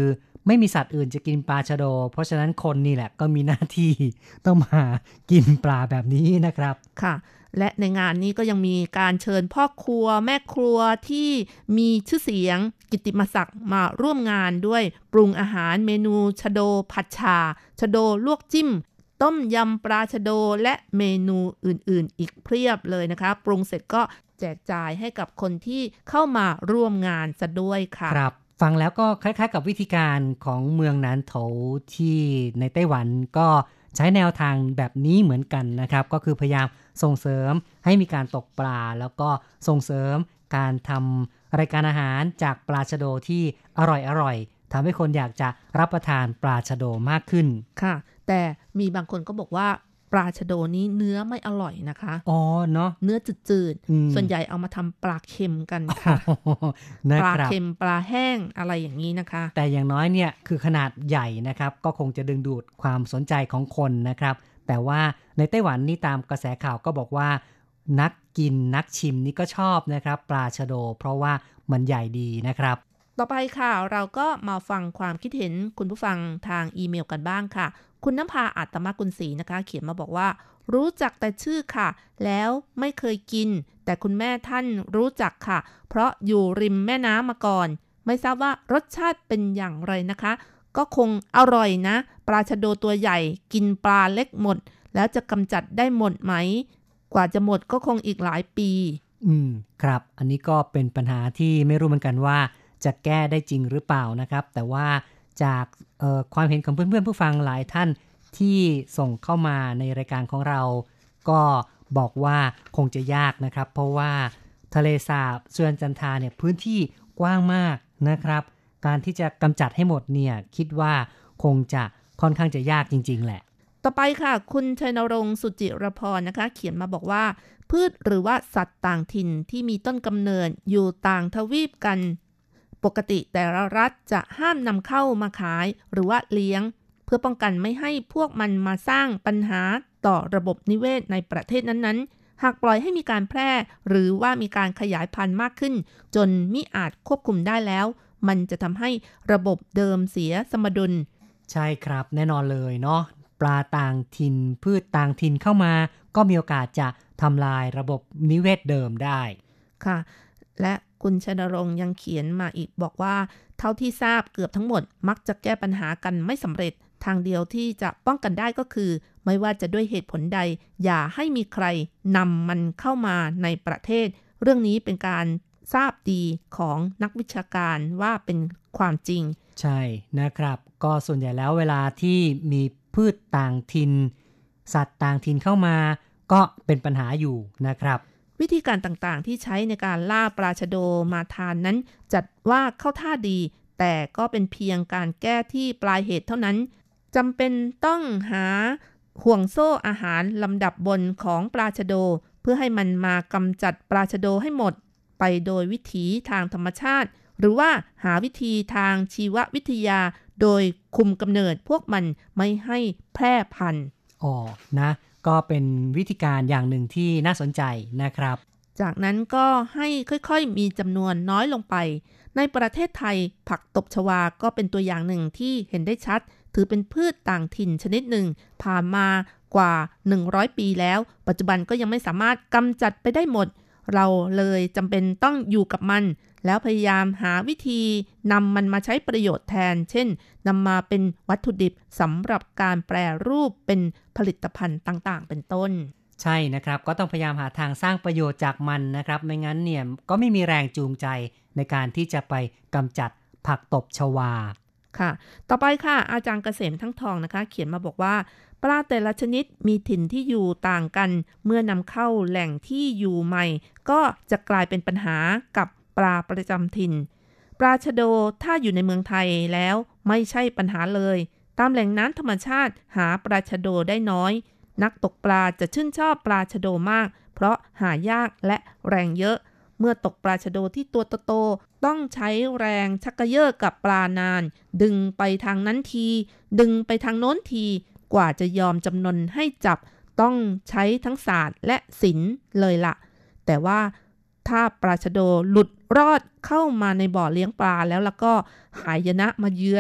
ไม่มีสัตว์อื่นจะกินปลาชะโดเพราะฉะนั้นคนนี่แหละก็มีหน้าที่ต้องมากินปลาแบบนี้นะครับค่ะและในงานนี้ก็ยังมีการเชิญพ่อครัวแม่ครัวที่มีชื่อเสียงกิตติมศักดิ์มาร่วมงานด้วยปรุงอาหารเมนูชะโดผัดฉ่าชะโดลวกจิ้มต้มยำปลาชะโดและเมนูอื่นๆอีกเพียบเลยนะคะปรุงเสร็จก็แจกจ่ายให้กับคนที่เข้ามาร่วมงานซะด้วยค่ะครับฟังแล้วก็คล้ายๆกับวิธีการของเมืองนานโถที่ในไต้หวันก็ใช้แนวทางแบบนี้เหมือนกันนะครับก็คือพยายามส่งเสริมให้มีการตกปลาแล้วก็ส่งเสริมการทำรายการอาหารจากปลาชะโดที่อร่อยๆทำให้คนอยากจะรับประทานปลาชะโดมากขึ้นค่ะแต่มีบางคนก็บอกว่าปลาชะโดนี้เนื้อไม่อร่อยนะคะอ๋อเนาะเนื้อจืดๆส่วนใหญ่เอามาทำปลาเค็มกันค่ะปลาเค็มปลาแห้งอะไรอย่างนี้นะคะแต่อย่างน้อยเนี่ยคือขนาดใหญ่นะครับก็คงจะดึงดูดความสนใจของคนนะครับแต่ว่าในไต้หวันนี่ตามกระแสข่าวก็บอกว่านักกินนักชิมนี่ก็ชอบนะครับปลาชะโดเพราะว่ามันใหญ่ดีนะครับต่อไปค่ะเราก็มาฟังความคิดเห็นคุณผู้ฟังทางอีเมลกันบ้างค่ะคุณน้ำพาอัตมกุลศรีนะคะเขียนมาบอกว่ารู้จักแต่ชื่อค่ะแล้วไม่เคยกินแต่คุณแม่ท่านรู้จักค่ะเพราะอยู่ริมแม่น้ำมาก่อนไม่ทราบว่ารสชาติเป็นอย่างไรนะคะก็คงอร่อยนะปลาชะโดตัวใหญ่กินปลาเล็กหมดแล้วจะกำจัดได้หมดไหมกว่าจะหมดก็คงอีกหลายปีครับอันนี้ก็เป็นปัญหาที่ไม่รู้เหมือนกันว่าจะแก้ได้จริงหรือเปล่านะครับแต่ว่าจากความเห็นของเพื่อนๆผู้ฟังหลายท่านที่ส่งเข้ามาในรายการของเราก็บอกว่าคงจะยากนะครับเพราะว่าทะเลสาบเซียนจันทาเนี่ยพื้นที่กว้างมากนะครับการที่จะกำจัดให้หมดเนี่ยคิดว่าคงจะค่อนข้างจะยากจริงๆแหละต่อไปค่ะคุณชัยนรงค์สุจิรพรนะคะเขียนมาบอกว่าพืชหรือว่าสัตว์ต่างถิ่นที่มีต้นกำเนิดอยู่ต่างทวีปกันปกติแต่ละรัฐจะห้ามนำเข้ามาขายหรือว่าเลี้ยงเพื่อป้องกันไม่ให้พวกมันมาสร้างปัญหาต่อระบบนิเวศในประเทศนั้นๆหากปล่อยให้มีการแพร่หรือว่ามีการขยายพันธุ์มากขึ้นจนมิอาจควบคุมได้แล้วมันจะทำให้ระบบเดิมเสียสมดุลใช่ครับแน่นอนเลยเนาะปลาต่างถิ่นพืชต่างถิ่นเข้ามาก็มีโอกาสจะทำลายระบบนิเวศเดิมได้ค่ะและคุณชนรงค์ยังเขียนมาอีกบอกว่าเท่าที่ทราบเกือบทั้งหมดมักจะแก้ปัญหากันไม่สำเร็จทางเดียวที่จะป้องกันได้ก็คือไม่ว่าจะด้วยเหตุผลใดอย่าให้มีใครนำมันเข้ามาในประเทศเรื่องนี้เป็นการทราบดีของนักวิชาการว่าเป็นความจริงใช่นะครับก็ส่วนใหญ่แล้วเวลาที่มีพืชต่างถิ่นสัตว์ต่างถิ่นเข้ามาก็เป็นปัญหาอยู่นะครับวิธีการต่างๆที่ใช้ในการล่าปลาชะโดมาทานนั้นจัดว่าเข้าท่าดีแต่ก็เป็นเพียงการแก้ที่ปลายเหตุเท่านั้นจำเป็นต้องหาห่วงโซ่อาหารลำดับบนของปลาชะโดเพื่อให้มันมากำจัดปลาชะโดให้หมดไปโดยวิถีทางธรรมชาติหรือว่าหาวิธีทางชีววิทยาโดยคุมกำเนิดพวกมันไม่ให้แพร่พันธุ์นะก็เป็นวิธีการอย่างหนึ่งที่น่าสนใจนะครับจากนั้นก็ให้ค่อยๆมีจำนวนน้อยลงไปในประเทศไทยผักตบชวาก็เป็นตัวอย่างหนึ่งที่เห็นได้ชัดถือเป็นพืชต่างถิ่นชนิดหนึ่งผ่านมากว่า100ปีแล้วปัจจุบันก็ยังไม่สามารถกำจัดไปได้หมดเราเลยจำเป็นต้องอยู่กับมันแล้วพยายามหาวิธีนำมันมาใช้ประโยชน์แทนเช่นนำมาเป็นวัตถุดิบสำหรับการแปรรูปเป็นผลิตภัณฑ์ต่างๆเป็นต้นใช่นะครับก็ต้องพยายามหาทางสร้างประโยชน์จากมันนะครับไม่งั้นเนี่ยก็ไม่มีแรงจูงใจในการที่จะไปกำจัดผักตบชวาค่ะต่อไปค่ะอาจารย์เกษมทั้งทองนะคะเขียนมาบอกว่าปลาแต่ละชนิดมีถิ่นที่อยู่ต่างกันเมื่อนำเข้าแหล่งที่อยู่ใหม่ก็จะกลายเป็นปัญหากับปลาประจำถิ่นปลาชะโดถ้าอยู่ในเมืองไทยแล้วไม่ใช่ปัญหาเลยตามแหล่งน้ำธรรมชาติหาปลาชะโดได้น้อยนักตกปลาจะชื่นชอบปลาชะโดมากเพราะหายากและแรงเยอะเมื่อตกปลาชะโดที่ตัวโตๆต้องใช้แรงชักกระเยาะกับปลานานดึงไปทางนั้นทีดึงไปทางโน้นทีกว่าจะยอมจำนนให้จับต้องใช้ทั้งศาสตร์และศิลป์เลยล่ะแต่ว่าถ้าปลาชะโดหลุดรอดเข้ามาในบ่อเลี้ยงปลาแล้วก็หายนะมาเยือน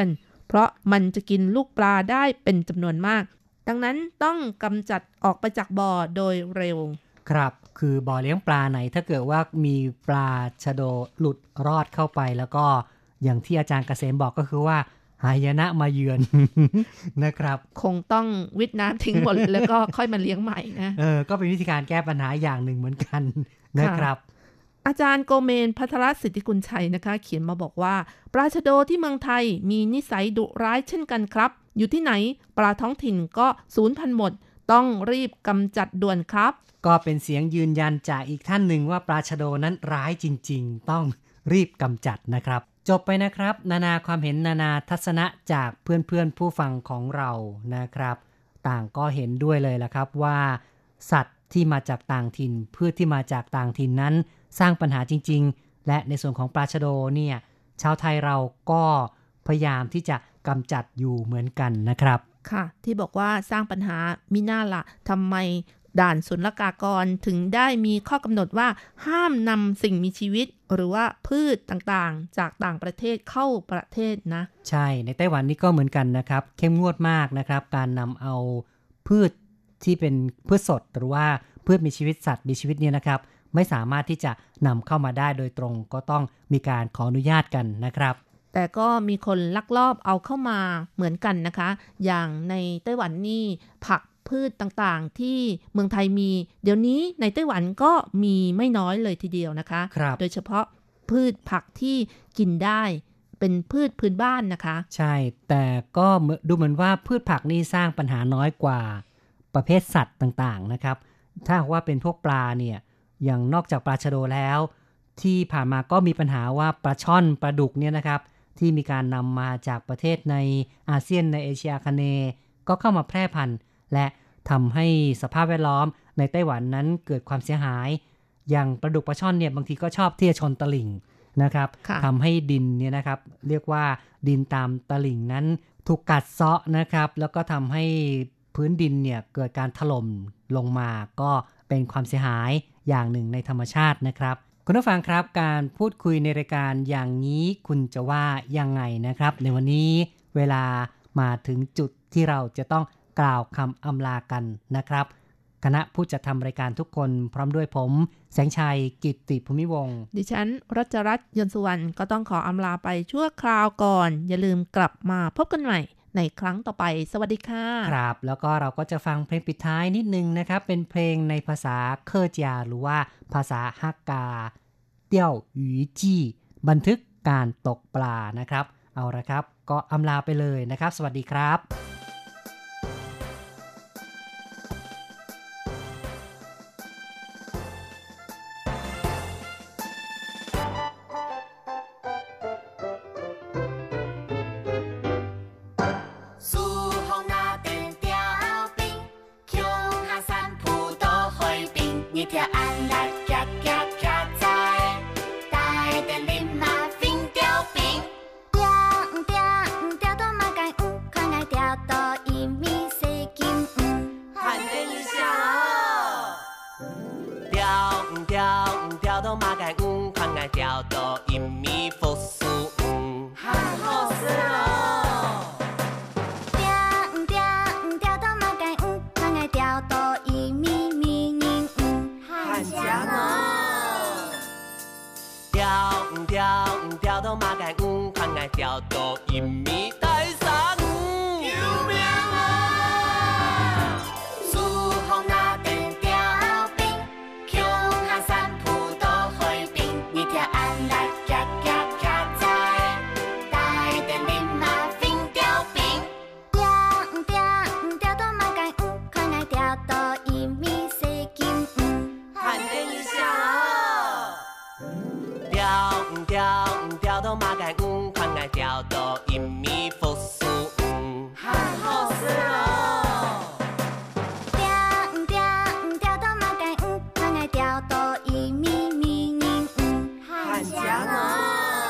เพราะมันจะกินลูกปลาได้เป็นจำนวนมากดังนั้นต้องกำจัดออกไปจากบ่อโดยเร็วครับคือบ่อเลี้ยงปลาไหนถ้าเกิดว่ามีปลาชะโดหลุดรอดเข้าไปแล้วก็อย่างที่อาจารย์เกษมบอกก็คือว่าหายนะมาเยือน นะครับคงต้องวิทน้ำทิ้งหมด แล้วก็ค่อยมาเลี้ยงใหม่นะก็เป็นวิธีการแก้ปัญหาอย่างหนึ่งเหมือนกันนะครับอาจารย์โกเมนภัทรสิทธิกุลชัยนะคะเขียนมาบอกว่าปลาชะโดที่เมืองไทยมีนิสัยดุร้ายเช่นกันครับอยู่ที่ไหนปลาท้องถิ่นก็สูญพันธุ์หมดต้องรีบกำจัดด่วนครับก็เป็นเสียงยืนยันจากอีกท่านหนึ่งว่าปลาชะโดนั้นร้ายจริงๆต้องรีบกำจัดนะครับจบไปนะครับนานาความเห็นนานาทัศนะจากเพื่อนๆผู้ฟังของเรานะครับต่างก็เห็นด้วยเลยละครับว่าสัตว์ที่มาจากต่างถิ่นพืชที่มาจากต่างถิ่นนั้นสร้างปัญหาจริงๆและในส่วนของปลาชะโดเนี่ยชาวไทยเราก็พยายามที่จะกำจัดอยู่เหมือนกันนะครับค่ะที่บอกว่าสร้างปัญหามิน่าละทำไมด่านศุลกากรถึงได้มีข้อกำหนดว่าห้ามนำสิ่งมีชีวิตหรือว่าพืชต่างๆจากต่างประเทศเข้าประเทศนะใช่ในไต้หวันนี่ก็เหมือนกันนะครับเข้มงวดมากนะครับการนำเอาพืชที่เป็นพืชสดหรือว่าพืชมีชีวิตสัตว์มีชีวิตเนี่ยนะครับไม่สามารถที่จะนำเข้ามาได้โดยตรงก็ต้องมีการขออนุญาตกันนะครับแต่ก็มีคนลักลอบเอาเข้ามาเหมือนกันนะคะอย่างในไต้หวันนี่ผักพืชต่างๆที่เมืองไทยมีเดี๋ยวนี้ในไต้หวันก็มีไม่น้อยเลยทีเดียวนะคะโดยเฉพาะพืชผักที่กินได้เป็นพืชพื้นบ้านนะคะใช่แต่ก็ดูเหมือนว่าพืชผักนี่สร้างปัญหาน้อยกว่าประเภทสัตว์ต่างๆนะครับถ้าว่าเป็นพวกปลาเนี่ยอย่างนอกจากปลาชะโดแล้วที่ผ่านมาก็มีปัญหาว่าปลาช่อนปลาดุกเนี่ยนะครับที่มีการนำมาจากประเทศในอาเซียนในเอเชียอาคเนย์ก็เข้ามาแพร่พันธุ์และทำให้สภาพแวดล้อมในไต้หวันนั้นเกิดความเสียหายอย่างปลาดุกปลาช่อนเนี่ยบางทีก็ชอบที่จะชนตลิ่งนะครับทำให้ดินเนี่ยนะครับเรียกว่าดินตามตลิ่งนั้นถูกกัดเซาะนะครับแล้วก็ทำให้พื้นดินเนี่ยเกิดการถล่มลงมาก็เป็นความเสียหายอย่างหนึ่งในธรรมชาตินะครับคุณผู้ฟังครับการพูดคุยในรายการอย่างนี้คุณจะว่ายังไงนะครับในวันนี้เวลามาถึงจุดที่เราจะต้องกล่าวคำอำลากันนะครับคณะผู้จัดทำรายการทุกคนพร้อมด้วยผมแสงชัยกิตติภูมิวงศ์ดิฉันรัชรัตน์ยนต์สุวรรณก็ต้องขออำลาไปชั่วคราวก่อนอย่าลืมกลับมาพบกันใหม่ในครั้งต่อไปสวัสดีค่ะครับแล้วก็เราก็จะฟังเพลงปิดท้ายนิดนึงนะครับเป็นเพลงในภาษาเคอร์เจียหรือว่าภาษาฮักกาเตี้ยวหยูจี้บันทึกการตกปลานะครับเอาละครับก็อำลาไปเลยนะครับสวัสดีครับ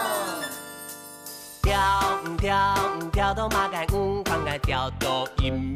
跳到马杆看爱跳到音